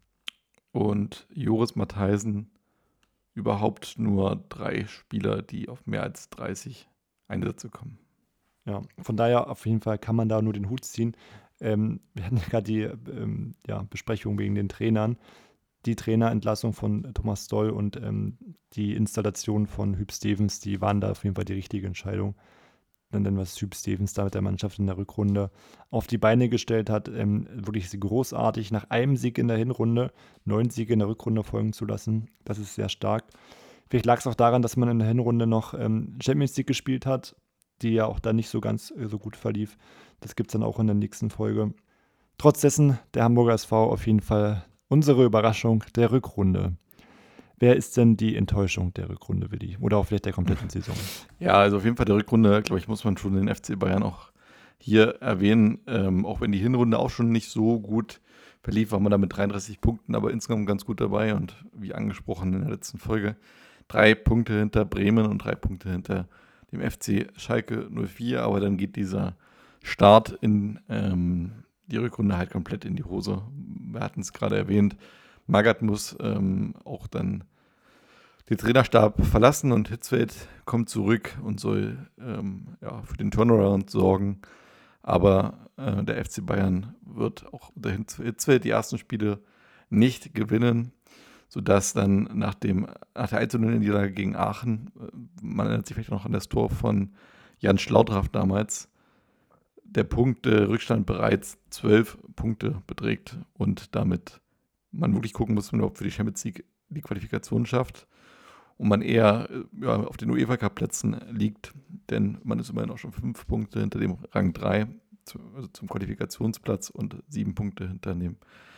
und Joris Matthijsen überhaupt nur 3 Spieler, die auf mehr als 30 Einsätze kommen. Ja, von daher auf jeden Fall kann man da nur den Hut ziehen. Wir hatten ja gerade die Besprechung wegen den Trainern. Die Trainerentlassung von Thomas Doll und die Installation von Huub Stevens, die waren da auf jeden Fall die richtige Entscheidung. Denn was Huub Stevens da mit der Mannschaft in der Rückrunde auf die Beine gestellt hat, wirklich großartig. Nach einem Sieg in der Hinrunde 9 Siege in der Rückrunde folgen zu lassen, das ist sehr stark. Vielleicht lag es auch daran, dass man in der Hinrunde noch Champions League gespielt hat, die ja auch da nicht so ganz so gut verlief. Das gibt es dann auch in der nächsten Folge. Trotz dessen, der Hamburger SV auf jeden Fall unsere Überraschung der Rückrunde. Wer ist denn die Enttäuschung der Rückrunde, Willi? Oder auch vielleicht der kompletten Saison? Ja, also auf jeden Fall der Rückrunde, glaube ich, muss man schon den FC Bayern auch hier erwähnen. Auch wenn die Hinrunde auch schon nicht so gut verlief, war man da mit 33 Punkten, aber insgesamt ganz gut dabei. Und wie angesprochen in der letzten Folge, 3 Punkte hinter Bremen und 3 Punkte hinter dem FC Schalke 04. Aber dann geht dieser Start in die Rückrunde halt komplett in die Hose. Wir hatten es gerade erwähnt, Magath muss auch dann den Trainerstab verlassen und Hitzfeld kommt zurück und soll für den Turnaround sorgen. Aber der FC Bayern wird auch unter Hitzfeld die ersten Spiele nicht gewinnen, sodass dann nach der 1-0-Niederlage gegen Aachen, man erinnert sich vielleicht noch an das Tor von Jan Schlaudraff damals, der Rückstand bereits 12 Punkte beträgt und damit man wirklich gucken muss, wenn man überhaupt für die Champions League die Qualifikation schafft und man eher auf den UEFA-Cup-Plätzen liegt, denn man ist immerhin auch schon 5 Punkte hinter dem Rang 3, also zum Qualifikationsplatz und 7 Punkte hinter dem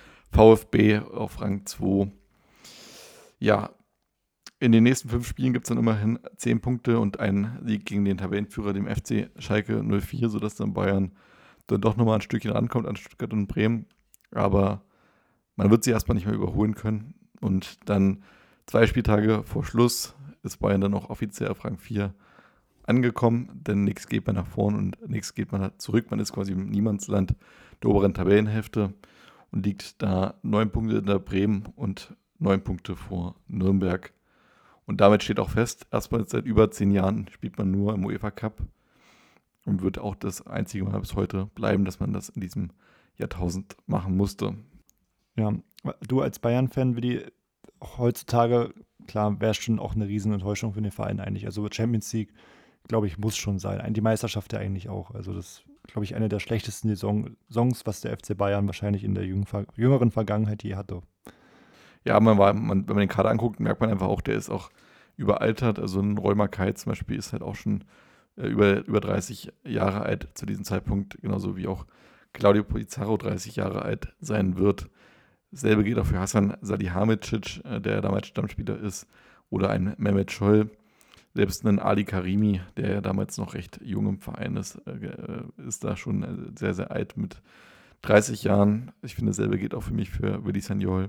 VfB auf Rang 2. Ja, in den nächsten 5 Spielen gibt es dann immerhin 10 Punkte und einen Sieg gegen den Tabellenführer, dem FC Schalke 04, sodass dann Bayern dann doch nochmal ein Stückchen rankommt an Stuttgart und Bremen. Aber man wird sie erstmal nicht mehr überholen können. Und dann 2 Spieltage vor Schluss ist Bayern dann auch offiziell auf Rang 4 angekommen, denn nichts geht man nach vorn und nichts geht man zurück. Man ist quasi im Niemandsland der oberen Tabellenhälfte und liegt da 9 Punkte hinter Bremen und 9 Punkte vor Nürnberg. Und damit steht auch fest, erstmal seit über 10 Jahren spielt man nur im UEFA Cup und wird auch das einzige Mal bis heute bleiben, dass man das in diesem Jahrtausend machen musste. Ja, du als Bayern-Fan, Willi, heutzutage, klar, wäre schon auch eine Riesenenttäuschung für den Verein eigentlich. Also Champions League, glaube ich, muss schon sein. Die Meisterschaft ja eigentlich auch. Also das ist, glaube ich, eine der schlechtesten Saisons, was der FC Bayern wahrscheinlich in der jüngeren Vergangenheit je hatte. Ja, wenn man den Kader anguckt, merkt man einfach auch, der ist auch überaltert. Also ein Roy Mackay zum Beispiel ist halt auch schon über 30 Jahre alt zu diesem Zeitpunkt, genauso wie auch Claudio Pizarro 30 Jahre alt sein wird. Dasselbe gilt auch für Hasan Salihamidzic, der damals Stammspieler ist, oder ein Mehmet Scholl. Selbst ein Ali Karimi, der ja damals noch recht jung im Verein ist, ist da schon sehr, sehr alt mit 30 Jahren. Ich finde, dasselbe gilt auch für mich für Willy Sagnol.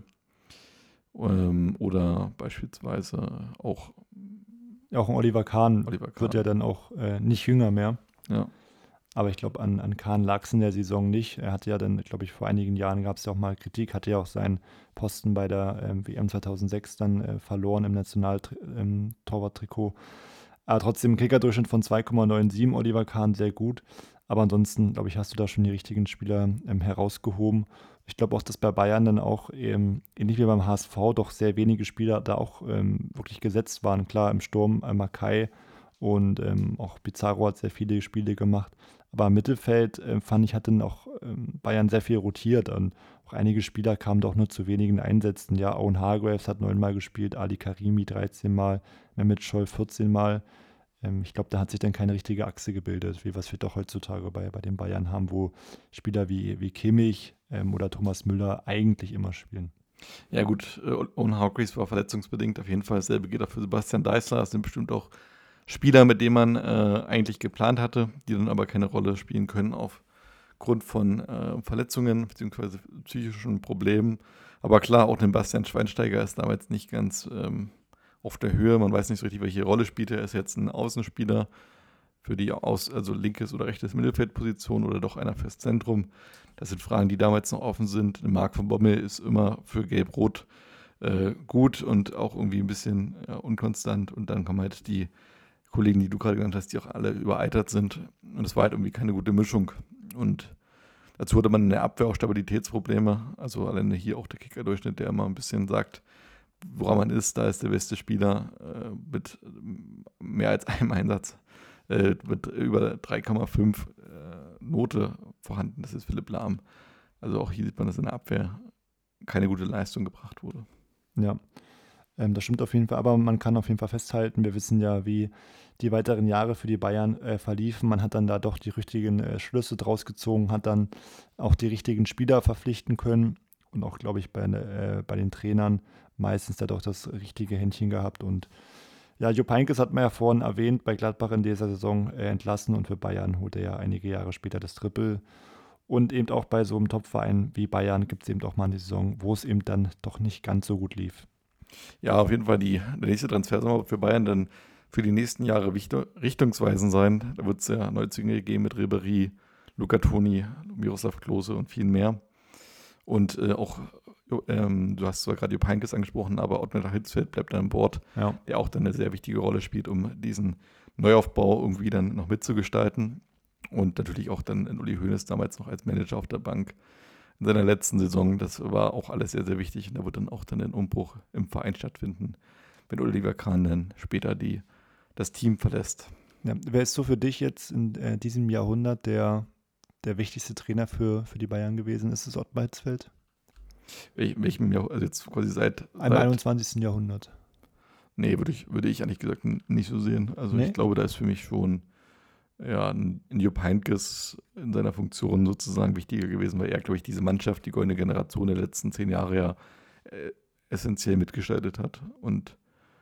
Oder beispielsweise auch ein Oliver Kahn wird ja dann auch nicht jünger mehr. Ja. Aber ich glaube, an Kahn lag es in der Saison nicht. Er hatte ja dann, glaube ich, vor einigen Jahren gab es ja auch mal Kritik, hatte ja auch seinen Posten bei der WM 2006 dann verloren im Nationaltorwarttrikot. Aber trotzdem Kickerdurchschnitt von 2,97, Oliver Kahn, sehr gut. Aber ansonsten, glaube ich, hast du da schon die richtigen Spieler herausgehoben. Ich glaube auch, dass bei Bayern dann auch, ähnlich wie beim HSV, doch sehr wenige Spieler da auch wirklich gesetzt waren. Klar, im Sturm Mackay und auch Pizarro hat sehr viele Spiele gemacht. Aber im Mittelfeld, fand ich, hat dann auch Bayern sehr viel rotiert. Und auch einige Spieler kamen doch nur zu wenigen Einsätzen. Ja, Owen Hargreaves hat 9 Mal gespielt, Ali Karimi 13 Mal, Mehmet Scholl 14 Mal. Ich glaube, da hat sich dann keine richtige Achse gebildet, wie was wir doch heutzutage bei den Bayern haben, wo Spieler wie Kimmich oder Thomas Müller eigentlich immer spielen. Ja gut, Owen Hargreaves war verletzungsbedingt. Auf jeden Fall dasselbe geht auch für Sebastian Deißler. Das sind bestimmt auch Spieler, mit denen man eigentlich geplant hatte, die dann aber keine Rolle spielen können aufgrund von Verletzungen bzw. psychischen Problemen. Aber klar, auch den Bastian Schweinsteiger ist damals nicht ganz auf der Höhe. Man weiß nicht so richtig, welche Rolle spielt er. Er ist jetzt ein Außenspieler für die also linkes oder rechtes Mittelfeldposition oder doch einer fürs Zentrum. Das sind Fragen, die damals noch offen sind. Marc von Bommel ist immer für Gelb-Rot gut und auch irgendwie ein bisschen unkonstant. Und dann kommen halt die Kollegen, die du gerade genannt hast, die auch alle übereitert sind. Und es war halt irgendwie keine gute Mischung. Und dazu hatte man in der Abwehr auch Stabilitätsprobleme. Also alleine hier auch der Kicker-Durchschnitt, der immer ein bisschen sagt, woran man ist. Da ist der beste Spieler mit mehr als einem Einsatz, mit über 3,5 Note vorhanden. Das ist Philipp Lahm. Also auch hier sieht man, dass in der Abwehr keine gute Leistung gebracht wurde. Ja, das stimmt auf jeden Fall. Aber man kann auf jeden Fall festhalten, wir wissen ja, wie die weiteren Jahre für die Bayern verliefen. Man hat dann da doch die richtigen Schlüsse draus gezogen, hat dann auch die richtigen Spieler verpflichten können und auch, glaube ich, bei den Trainern meistens da doch das richtige Händchen gehabt. Und ja, Jupp Heynckes hat man ja vorhin erwähnt, bei Gladbach in dieser Saison entlassen und für Bayern holt er ja einige Jahre später das Triple. Und eben auch bei so einem Topverein wie Bayern gibt es eben auch mal eine Saison, wo es eben dann doch nicht ganz so gut lief. Ja, auf jeden Fall der nächste Transfersommer wird für Bayern dann für die nächsten Jahre richtungsweisend sein. Da wird es ja Neuzugänge geben mit Ribéry, Luca Toni, Miroslav Klose und viel mehr. Und auch, du hast zwar gerade Jupp Heynckes angesprochen, aber Ottmar Hitzfeld bleibt dann an Bord, Ja. der auch dann eine sehr wichtige Rolle spielt, um diesen Neuaufbau irgendwie dann noch mitzugestalten. Und natürlich auch dann Uli Hoeneß damals noch als Manager auf der Bank in seiner letzten Saison. Das war auch alles sehr, sehr wichtig. Und da wird dann auch dann ein Umbruch im Verein stattfinden, wenn Oliver Kahn dann später das Team verlässt. Ja, wer ist so für dich jetzt in diesem Jahrhundert der wichtigste Trainer für die Bayern gewesen? Ist es Ottmar Hitzfeld? Welchem Jahr, also jetzt quasi seit Im 21. Jahrhundert. Nee, würde ich ehrlich gesagt nicht so sehen. Also Nee? ich glaube, da ist für mich schon ein Jupp Heynckes in seiner Funktion sozusagen wichtiger gewesen, weil er, glaube ich, diese Mannschaft, die goldene Generation der letzten 10 Jahre ja essentiell mitgestaltet hat. Und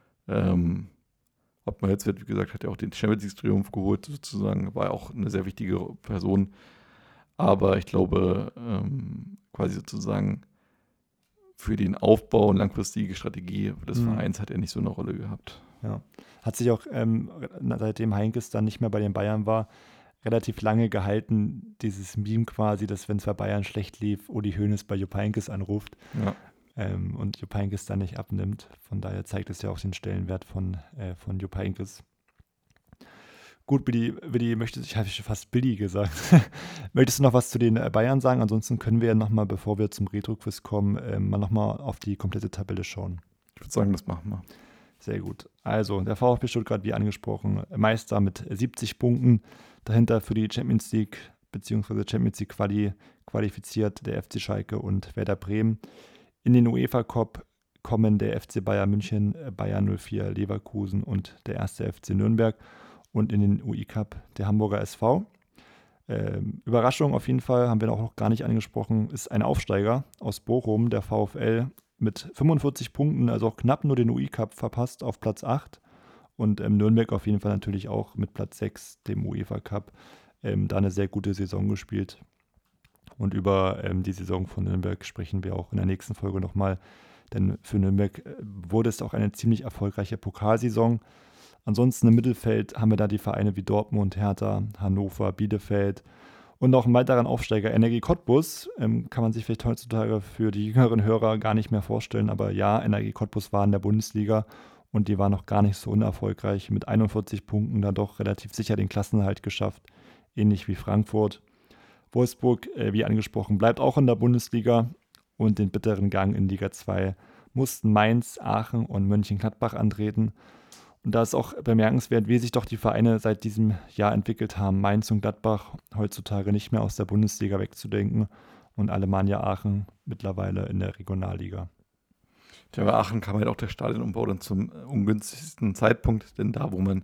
Ottmar Hitzfeld, wie gesagt, hat ja auch den Champions League-Triumph geholt, sozusagen, war auch eine sehr wichtige Person. Aber ich glaube, quasi sozusagen für den Aufbau und langfristige Strategie des Vereins hat er nicht so eine Rolle gehabt. Ja. Hat sich auch, seitdem Heynckes dann nicht mehr bei den Bayern war, relativ lange gehalten, dieses Meme quasi, dass wenn es bei Bayern schlecht lief, Uli Hoeneß bei Jupp Heynckes anruft und Jupp Heynckes dann nicht abnimmt. Von daher zeigt es ja auch den Stellenwert von Jupp Heynckes. Gut, Billy, ich habe schon fast Billy gesagt. Möchtest du noch was zu den Bayern sagen? Ansonsten können wir ja nochmal, bevor wir zum Retro-Quiz kommen, mal nochmal auf die komplette Tabelle schauen. Ich würde sagen, das machen wir. Sehr gut. Also, der VfB Stuttgart, wie angesprochen, Meister mit 70 Punkten. Dahinter für die Champions League bzw. Champions League qualifiziert der FC Schalke und Werder Bremen. In den UEFA Cup kommen der FC Bayern München, Bayern 04, Leverkusen und der 1. FC Nürnberg. Und in den UI Cup der Hamburger SV. Überraschung auf jeden Fall, haben wir auch noch gar nicht angesprochen, ist ein Aufsteiger aus Bochum, der VfL, mit 45 Punkten, also auch knapp nur den UI Cup verpasst auf Platz 8. Und Nürnberg auf jeden Fall natürlich auch mit Platz 6, dem UEFA Cup, da eine sehr gute Saison gespielt. Und über die Saison von Nürnberg sprechen wir auch in der nächsten Folge nochmal. Denn für Nürnberg wurde es auch eine ziemlich erfolgreiche Pokalsaison. Ansonsten im Mittelfeld haben wir da die Vereine wie Dortmund, Hertha, Hannover, Bielefeld und noch einen weiteren Aufsteiger, Energie Cottbus. Kann man sich vielleicht heutzutage für die jüngeren Hörer gar nicht mehr vorstellen. Aber ja, Energie Cottbus war in der Bundesliga und die war noch gar nicht so unerfolgreich. Mit 41 Punkten dann doch relativ sicher den Klassenerhalt geschafft, ähnlich wie Frankfurt. Wolfsburg, wie angesprochen, bleibt auch in der Bundesliga und den bitteren Gang in Liga 2 mussten Mainz, Aachen und Mönchengladbach antreten. Und da ist auch bemerkenswert, wie sich doch die Vereine seit diesem Jahr entwickelt haben. Mainz und Gladbach heutzutage nicht mehr aus der Bundesliga wegzudenken und Alemannia Aachen mittlerweile in der Regionalliga. Tja, bei Aachen kam halt auch der Stadionumbau dann zum ungünstigsten Zeitpunkt, denn da, wo man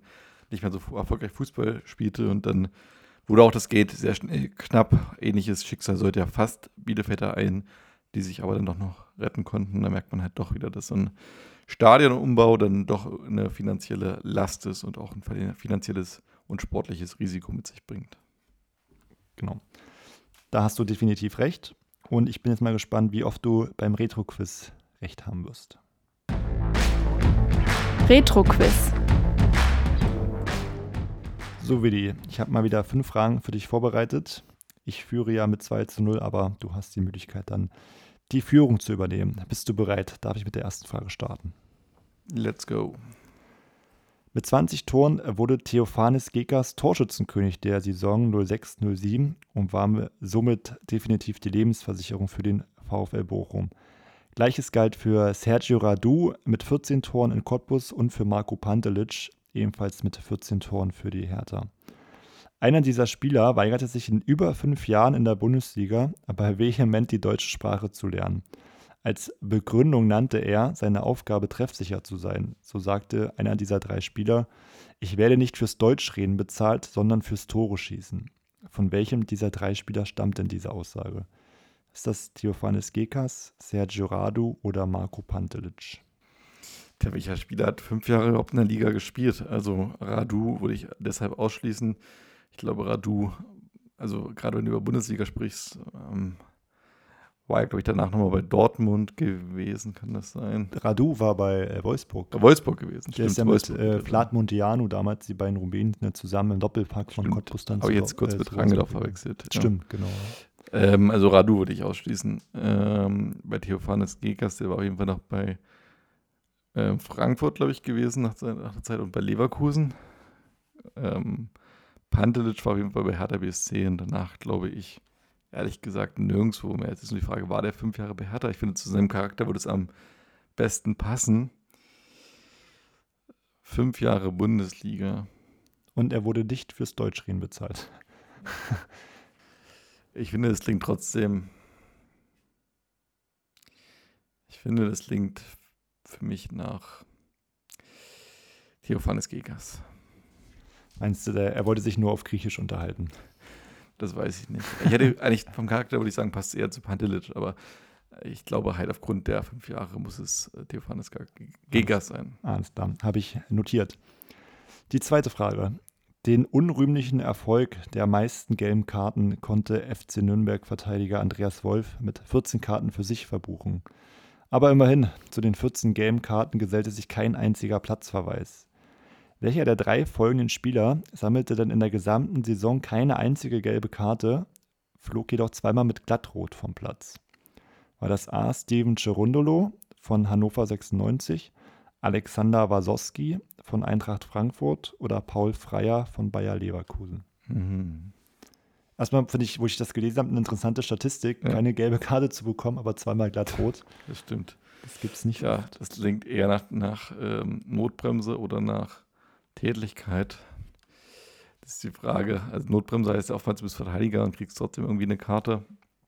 nicht mehr so erfolgreich Fußball spielte und dann wurde auch das Gate sehr schnell knapp. Ähnliches Schicksal sollte ja fast Bielefelder ein, die sich aber dann doch noch retten konnten. Da merkt man halt doch wieder, dass so ein Stadionumbau dann doch eine finanzielle Last ist und auch ein finanzielles und sportliches Risiko mit sich bringt. Genau. Da hast du definitiv recht. Und ich bin jetzt mal gespannt, wie oft du beim Retro-Quiz recht haben wirst. Retro-Quiz. So, Willi, ich habe mal wieder 5 Fragen für dich vorbereitet. Ich führe ja mit 2:0, aber du hast die Möglichkeit dann, die Führung zu übernehmen. Bist du bereit? Darf ich mit der ersten Frage starten? Let's go. Mit 20 Toren wurde Theophanis Gekas Torschützenkönig der Saison 06/07 und war somit definitiv die Lebensversicherung für den VfL Bochum. Gleiches galt für Sergio Radu mit 14 Toren in Cottbus und für Marko Pantelic, ebenfalls mit 14 Toren für die Hertha. Einer dieser Spieler weigerte sich in über 5 Jahren in der Bundesliga, aber vehement die deutsche Sprache zu lernen. Als Begründung nannte er seine Aufgabe, treffsicher zu sein. So sagte einer dieser 3 Spieler: Ich werde nicht fürs Deutschreden bezahlt, sondern fürs Tore schießen. Von welchem dieser 3 Spieler stammt denn diese Aussage? Ist das Theophanis Gekas, Sergio Radu oder Marko Pantelic? Tja, welcher Spieler hat 5 Jahre überhaupt in der Liga gespielt? Also Radu würde ich deshalb ausschließen. Ich glaube, Radu, also gerade wenn du über Bundesliga sprichst, war er, glaube ich, danach nochmal bei Dortmund gewesen, kann das sein? Radu war bei Wolfsburg. Wolfsburg gewesen, Der ist ja mit Vlad Munteanu damals, die beiden Rumänen, zusammen im Doppelpack von Cottbus dann aber jetzt kurz mit Rangelov verwechselt. Stimmt, genau. Also Radu würde ich ausschließen. Bei Theophanis Gekas, der war auf jeden Fall noch bei Frankfurt, glaube ich, gewesen nach der Zeit und bei Leverkusen. Pantelic war auf jeden Fall bei Hertha BSC und danach, glaube ich, ehrlich gesagt nirgendwo mehr. Jetzt ist nur die Frage, war der 5 Jahre bei Hertha? Ich finde, zu seinem Charakter würde es am besten passen. 5 Jahre Bundesliga. Und er wurde nicht fürs Deutschreden bezahlt. Ich finde, das klingt trotzdem. Ich finde, das klingt für mich nach Theophanis Gekas. Meinst du, er wollte sich nur auf Griechisch unterhalten? Das weiß ich nicht. Ich hätte eigentlich vom Charakter, würde ich sagen, passt eher zu Pantelic, aber ich glaube halt aufgrund der 5 Jahre muss es Theophanis Gekas sein. Alles klar, habe ich notiert. Die zweite Frage. Den unrühmlichen Erfolg der meisten gelben Karten konnte FC Nürnberg-Verteidiger Andreas Wolf mit 14 Karten für sich verbuchen. Aber immerhin, zu den 14 gelben Karten gesellte sich kein einziger Platzverweis. Welcher der 3 folgenden Spieler sammelte denn in der gesamten Saison keine einzige gelbe Karte, flog jedoch zweimal mit Glattrot vom Platz? War das A. Steven Cherundolo von Hannover 96, Alexander Wasowski von Eintracht Frankfurt oder Paul Freier von Bayer Leverkusen? Mhm. Erstmal finde ich, wo ich das gelesen habe, eine interessante Statistik, keine gelbe Karte zu bekommen, aber zweimal Glattrot. Das stimmt. Das gibt es nicht Ja, oft. das klingt eher nach Notbremse oder nach Tätlichkeit. Das ist die Frage. Also Notbremse heißt ja oftmals, du bist Verteidiger und kriegst trotzdem irgendwie eine Karte.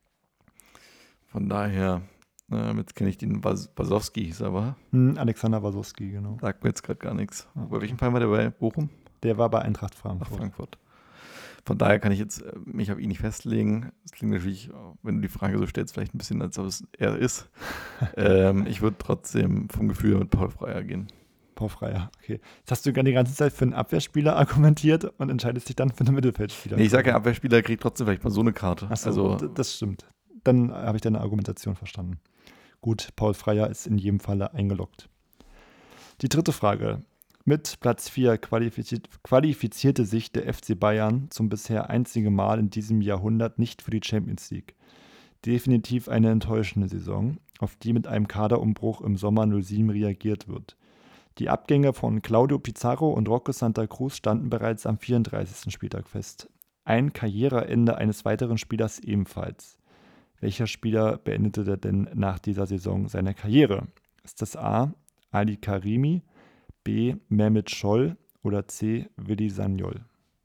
Von daher, jetzt kenne ich den Wasowski, hieß er aber. Alexander Wasowski, genau. Sagt mir jetzt gerade gar nichts. Bei welchem Verein war der bei Bochum? Der war bei Eintracht Frankfurt. Ach, Frankfurt. Von daher kann ich jetzt mich auf ihn nicht festlegen. Es klingt natürlich, wenn du die Frage so stellst, vielleicht ein bisschen, als ob es er ist. Ich würde trotzdem vom Gefühl mit Paul Freier gehen. Paul Freier, okay. Jetzt hast du die ganze Zeit für einen Abwehrspieler argumentiert und entscheidest dich dann für einen Mittelfeldspieler. Nee, ich sage ja, Abwehrspieler kriegt trotzdem vielleicht mal so eine Karte. Achso, also, das stimmt. Dann habe ich deine Argumentation verstanden. Gut, Paul Freier ist in jedem Falle eingeloggt. Die dritte Frage. Mit Platz 4 qualifizierte sich der FC Bayern zum bisher einzigen Mal in diesem Jahrhundert nicht für die Champions League. Definitiv eine enttäuschende Saison, auf die mit einem Kaderumbruch im Sommer 07 reagiert wird. Die Abgänge von Claudio Pizarro und Rocco Santa Cruz standen bereits am 34. Spieltag fest. Ein Karriereende eines weiteren Spielers ebenfalls. Welcher Spieler beendete denn nach dieser Saison seine Karriere? Ist das A. Ali Karimi, B. Mehmet Scholl oder C. Willi Sagnol?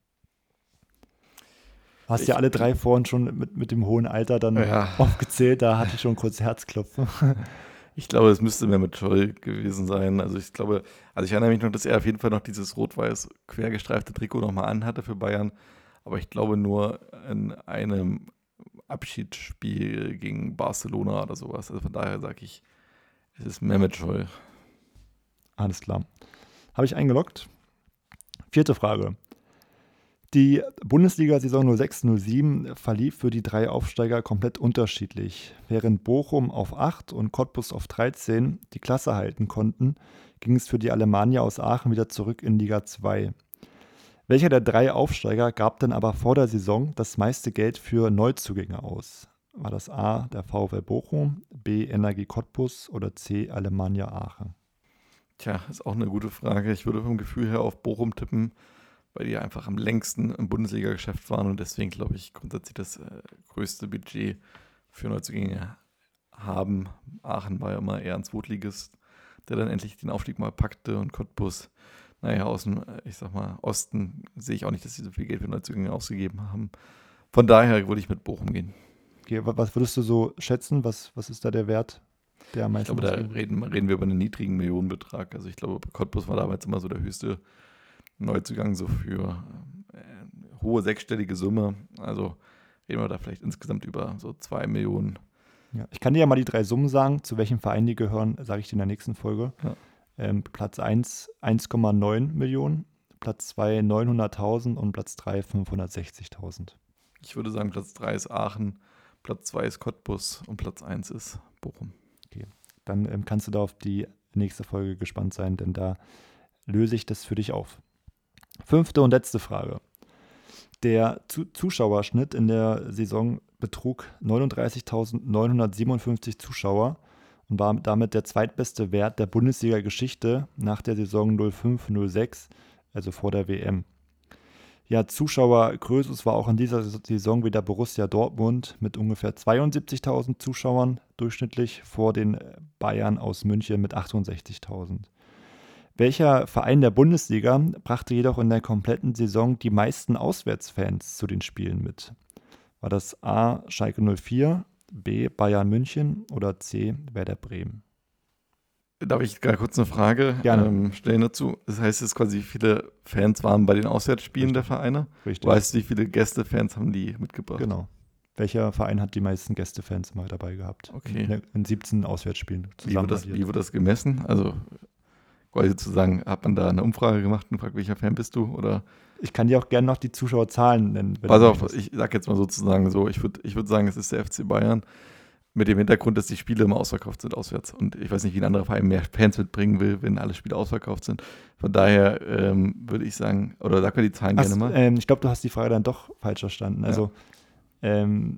Du hast ja alle 3 vorhin schon mit dem hohen Alter dann aufgezählt, da hatte ich schon kurz Herzklopfen. Ich glaube, es müsste Mehmet Scholl gewesen sein. Also ich erinnere mich noch, dass er auf jeden Fall noch dieses rot-weiß quergestreifte Trikot nochmal anhatte für Bayern. Aber ich glaube nur in einem Abschiedsspiel gegen Barcelona oder sowas. Also von daher sage ich, es ist Mehmet Scholl. Alles klar. Habe ich eingeloggt. 4. Frage. Die Bundesliga-Saison 06/07 verlief für die 3 Aufsteiger komplett unterschiedlich. Während Bochum auf 8 und Cottbus auf 13 die Klasse halten konnten, ging es für die Alemannia aus Aachen wieder zurück in Liga 2. Welcher der 3 Aufsteiger gab denn aber vor der Saison das meiste Geld für Neuzugänge aus? War das A, der VfL Bochum, B, NRG Cottbus oder C, Alemannia Aachen? Tja, ist auch eine gute Frage. Ich würde vom Gefühl her auf Bochum tippen, weil die einfach am längsten im Bundesliga-Geschäft waren und deswegen, glaube ich, grundsätzlich das größte Budget für Neuzugänge haben. Aachen war ja immer eher ein Zweitligist, der dann endlich den Aufstieg mal packte und Cottbus, aus dem, Osten sehe ich auch nicht, dass sie so viel Geld für Neuzugänge ausgegeben haben. Von daher würde ich mit Bochum gehen. Okay, was würdest du so schätzen? Was ist da der Wert, der am Ich meisten glaube, da ausgegeben reden wir über einen niedrigen Millionenbetrag. Also ich glaube, Cottbus war damals immer so der höchste Neuzugang so für hohe sechsstellige Summe. Also reden wir da vielleicht insgesamt über so 2 Millionen. Ja, ich kann dir ja mal die 3 Summen sagen, zu welchem Verein die gehören, sage ich dir in der nächsten Folge. Ja. Platz 1 1,9 Millionen, Platz 2 900.000 und Platz 3 560.000. Ich würde sagen, Platz 3 ist Aachen, Platz 2 ist Cottbus und Platz 1 ist Bochum. Okay, dann kannst du da auf die nächste Folge gespannt sein, denn da löse ich das für dich auf. 5. und letzte Frage. Der Zuschauerschnitt in der Saison betrug 39.957 Zuschauer und war damit der zweitbeste Wert der Bundesliga-Geschichte nach der Saison 05/06, also vor der WM. Ja, Zuschauergröße war auch in dieser Saison wieder Borussia Dortmund mit ungefähr 72.000 Zuschauern durchschnittlich vor den Bayern aus München mit 68.000. Welcher Verein der Bundesliga brachte jedoch in der kompletten Saison die meisten Auswärtsfans zu den Spielen mit? War das A, Schalke 04, B, Bayern München oder C, Werder Bremen? Darf ich gerade kurz eine Frage stellen dazu? Das heißt jetzt quasi, wie viele Fans waren bei den Auswärtsspielen der Vereine? Richtig. Weißt du, wie viele Gästefans haben die mitgebracht? Genau. Welcher Verein hat die meisten Gästefans mal dabei gehabt? Okay. In 17 Auswärtsspielen Wie wird das gemessen? Also quasi zu sagen, hat man da eine Umfrage gemacht und fragt, welcher Fan bist du? Oder? Ich kann dir auch gerne noch die Zuschauerzahlen nennen. Pass auf, ich sag jetzt mal sozusagen so, ich würd sagen, es ist der FC Bayern mit dem Hintergrund, dass die Spiele immer ausverkauft sind auswärts. Und ich weiß nicht, wie ein anderer Verein mehr Fans mitbringen will, wenn alle Spiele ausverkauft sind. Von daher würde ich sagen, oder sag mir die Zahlen gerne mal. Ich glaube, du hast die Frage dann doch falsch verstanden. Also, du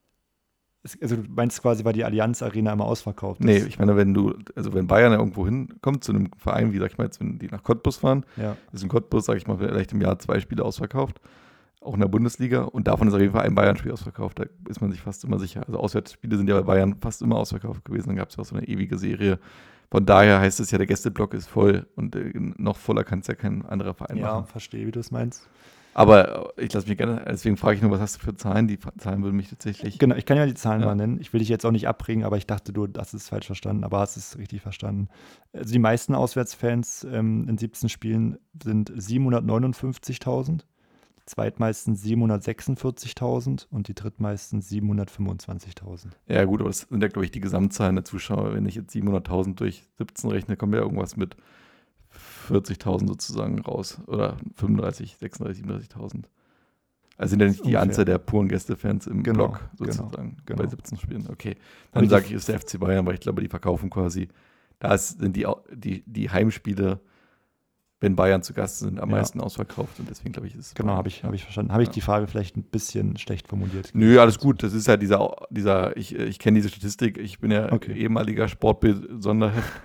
meinst quasi, weil die Allianz Arena immer ausverkauft ist? Nee, ich meine, wenn Bayern ja irgendwo hinkommt zu einem Verein, wie sag ich mal jetzt, wenn die nach Cottbus fahren, ist in Cottbus, sag ich mal, vielleicht im Jahr 2 Spiele ausverkauft, auch in der Bundesliga, und davon ist auf jeden Fall ein Bayern-Spiel ausverkauft, da ist man sich fast immer sicher. Also Auswärtsspiele sind ja bei Bayern fast immer ausverkauft gewesen, dann gab es ja auch so eine ewige Serie. Von daher heißt es ja, der Gästeblock ist voll und noch voller kann es ja kein anderer Verein machen. Ja, verstehe, wie du es meinst. Aber ich lasse mich gerne, deswegen frage ich nur, was hast du für Zahlen? Die Zahlen würden mich tatsächlich... Genau, ich kann ja die Zahlen mal nennen. Ich will dich jetzt auch nicht abbringen, aber ich dachte, du hast es falsch verstanden, aber hast es richtig verstanden. Also die meisten Auswärtsfans in 17 Spielen sind 759.000, die zweitmeisten 746.000 und die drittmeisten 725.000. Ja gut, aber das sind ja, glaube ich, die Gesamtzahlen der Zuschauer. Wenn ich jetzt 700.000 durch 17 rechne, kommt ja irgendwas mit 40.000 sozusagen raus. Oder 35, 36, 37.000. Also sind ja nicht die ungefähr Anzahl der puren Gästefans im Block sozusagen genau. bei 17 Spielen. Okay, dann sage ich, ist der FC Bayern, weil ich glaube, die verkaufen quasi, sind die Heimspiele, wenn Bayern zu Gast sind, am meisten ausverkauft und deswegen glaube ich, ist es Genau, habe ich verstanden. Habe ich die Frage vielleicht ein bisschen schlecht formuliert? Nö, alles gut. Das ist ja ich kenne diese Statistik. Ich bin ja ehemaliger Sportbild-Sonderheft.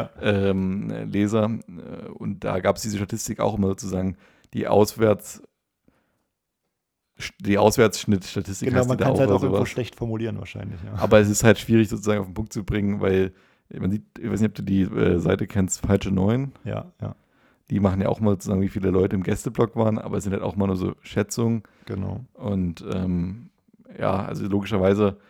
Leser, und da gab es diese Statistik auch immer sozusagen, die Auswärtsschnittstatistik. Genau, man kann es halt auch irgendwo schlecht formulieren wahrscheinlich. Ja. Aber es ist halt schwierig sozusagen auf den Punkt zu bringen, weil man sieht, ich weiß nicht, ob du die Seite kennst, Falsche 9. Ja. Die machen ja auch mal sozusagen, wie viele Leute im Gästeblock waren, aber es sind halt auch mal nur so Schätzungen. Genau. Und also logischerweise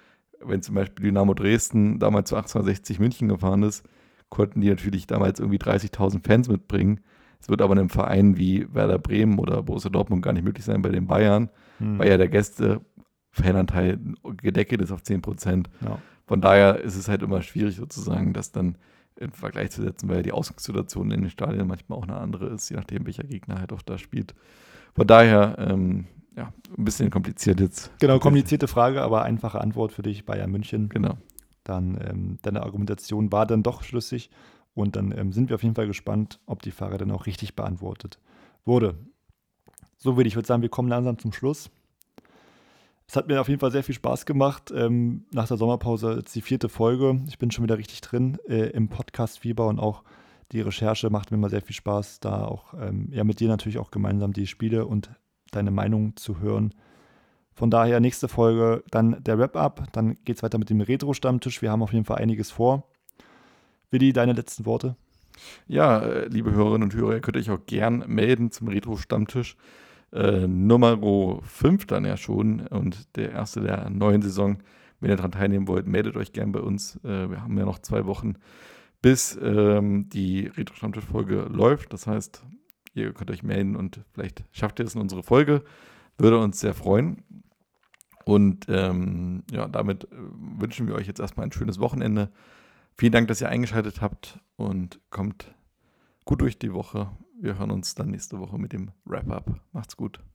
wenn zum Beispiel Dynamo Dresden damals zu 1860 München gefahren ist, konnten die natürlich damals irgendwie 30.000 Fans mitbringen. Es wird aber in einem Verein wie Werder Bremen oder Borussia Dortmund gar nicht möglich sein bei den Bayern, weil ja der Gäste-Fananteil gedeckelt ist auf 10%. Ja. Von daher ist es halt immer schwierig sozusagen, das dann in Vergleich zu setzen, weil die Ausgangssituation in den Stadien manchmal auch eine andere ist, je nachdem, welcher Gegner halt auch da spielt. Von daher, ein bisschen kompliziert jetzt. Genau, komplizierte Frage, aber einfache Antwort für dich, Bayern München. Genau. Dann deine Argumentation war dann doch schlüssig und dann sind wir auf jeden Fall gespannt, ob die Frage dann auch richtig beantwortet wurde. So, ich würde sagen, wir kommen langsam zum Schluss. Es hat mir auf jeden Fall sehr viel Spaß gemacht. Nach der Sommerpause jetzt die 4. Folge. Ich bin schon wieder richtig drin im Podcast-Fieber und auch die Recherche macht mir immer sehr viel Spaß, da auch mit dir natürlich auch gemeinsam die Spiele und deine Meinung zu hören. Von daher nächste Folge dann der Wrap-Up, dann geht es weiter mit dem Retro-Stammtisch. Wir haben auf jeden Fall einiges vor. Willi, deine letzten Worte? Ja, liebe Hörerinnen und Hörer, ihr könnt euch auch gern melden zum Retro-Stammtisch. Nummer 5 dann ja schon und der erste der neuen Saison. Wenn ihr daran teilnehmen wollt, meldet euch gern bei uns. Wir haben ja noch 2 Wochen, bis die Retro-Stammtisch-Folge läuft. Das heißt, ihr könnt euch melden und vielleicht schafft ihr es in unsere Folge. Würde uns sehr freuen. Und damit wünschen wir euch jetzt erstmal ein schönes Wochenende. Vielen Dank, dass ihr eingeschaltet habt und kommt gut durch die Woche. Wir hören uns dann nächste Woche mit dem Wrap-Up. Macht's gut.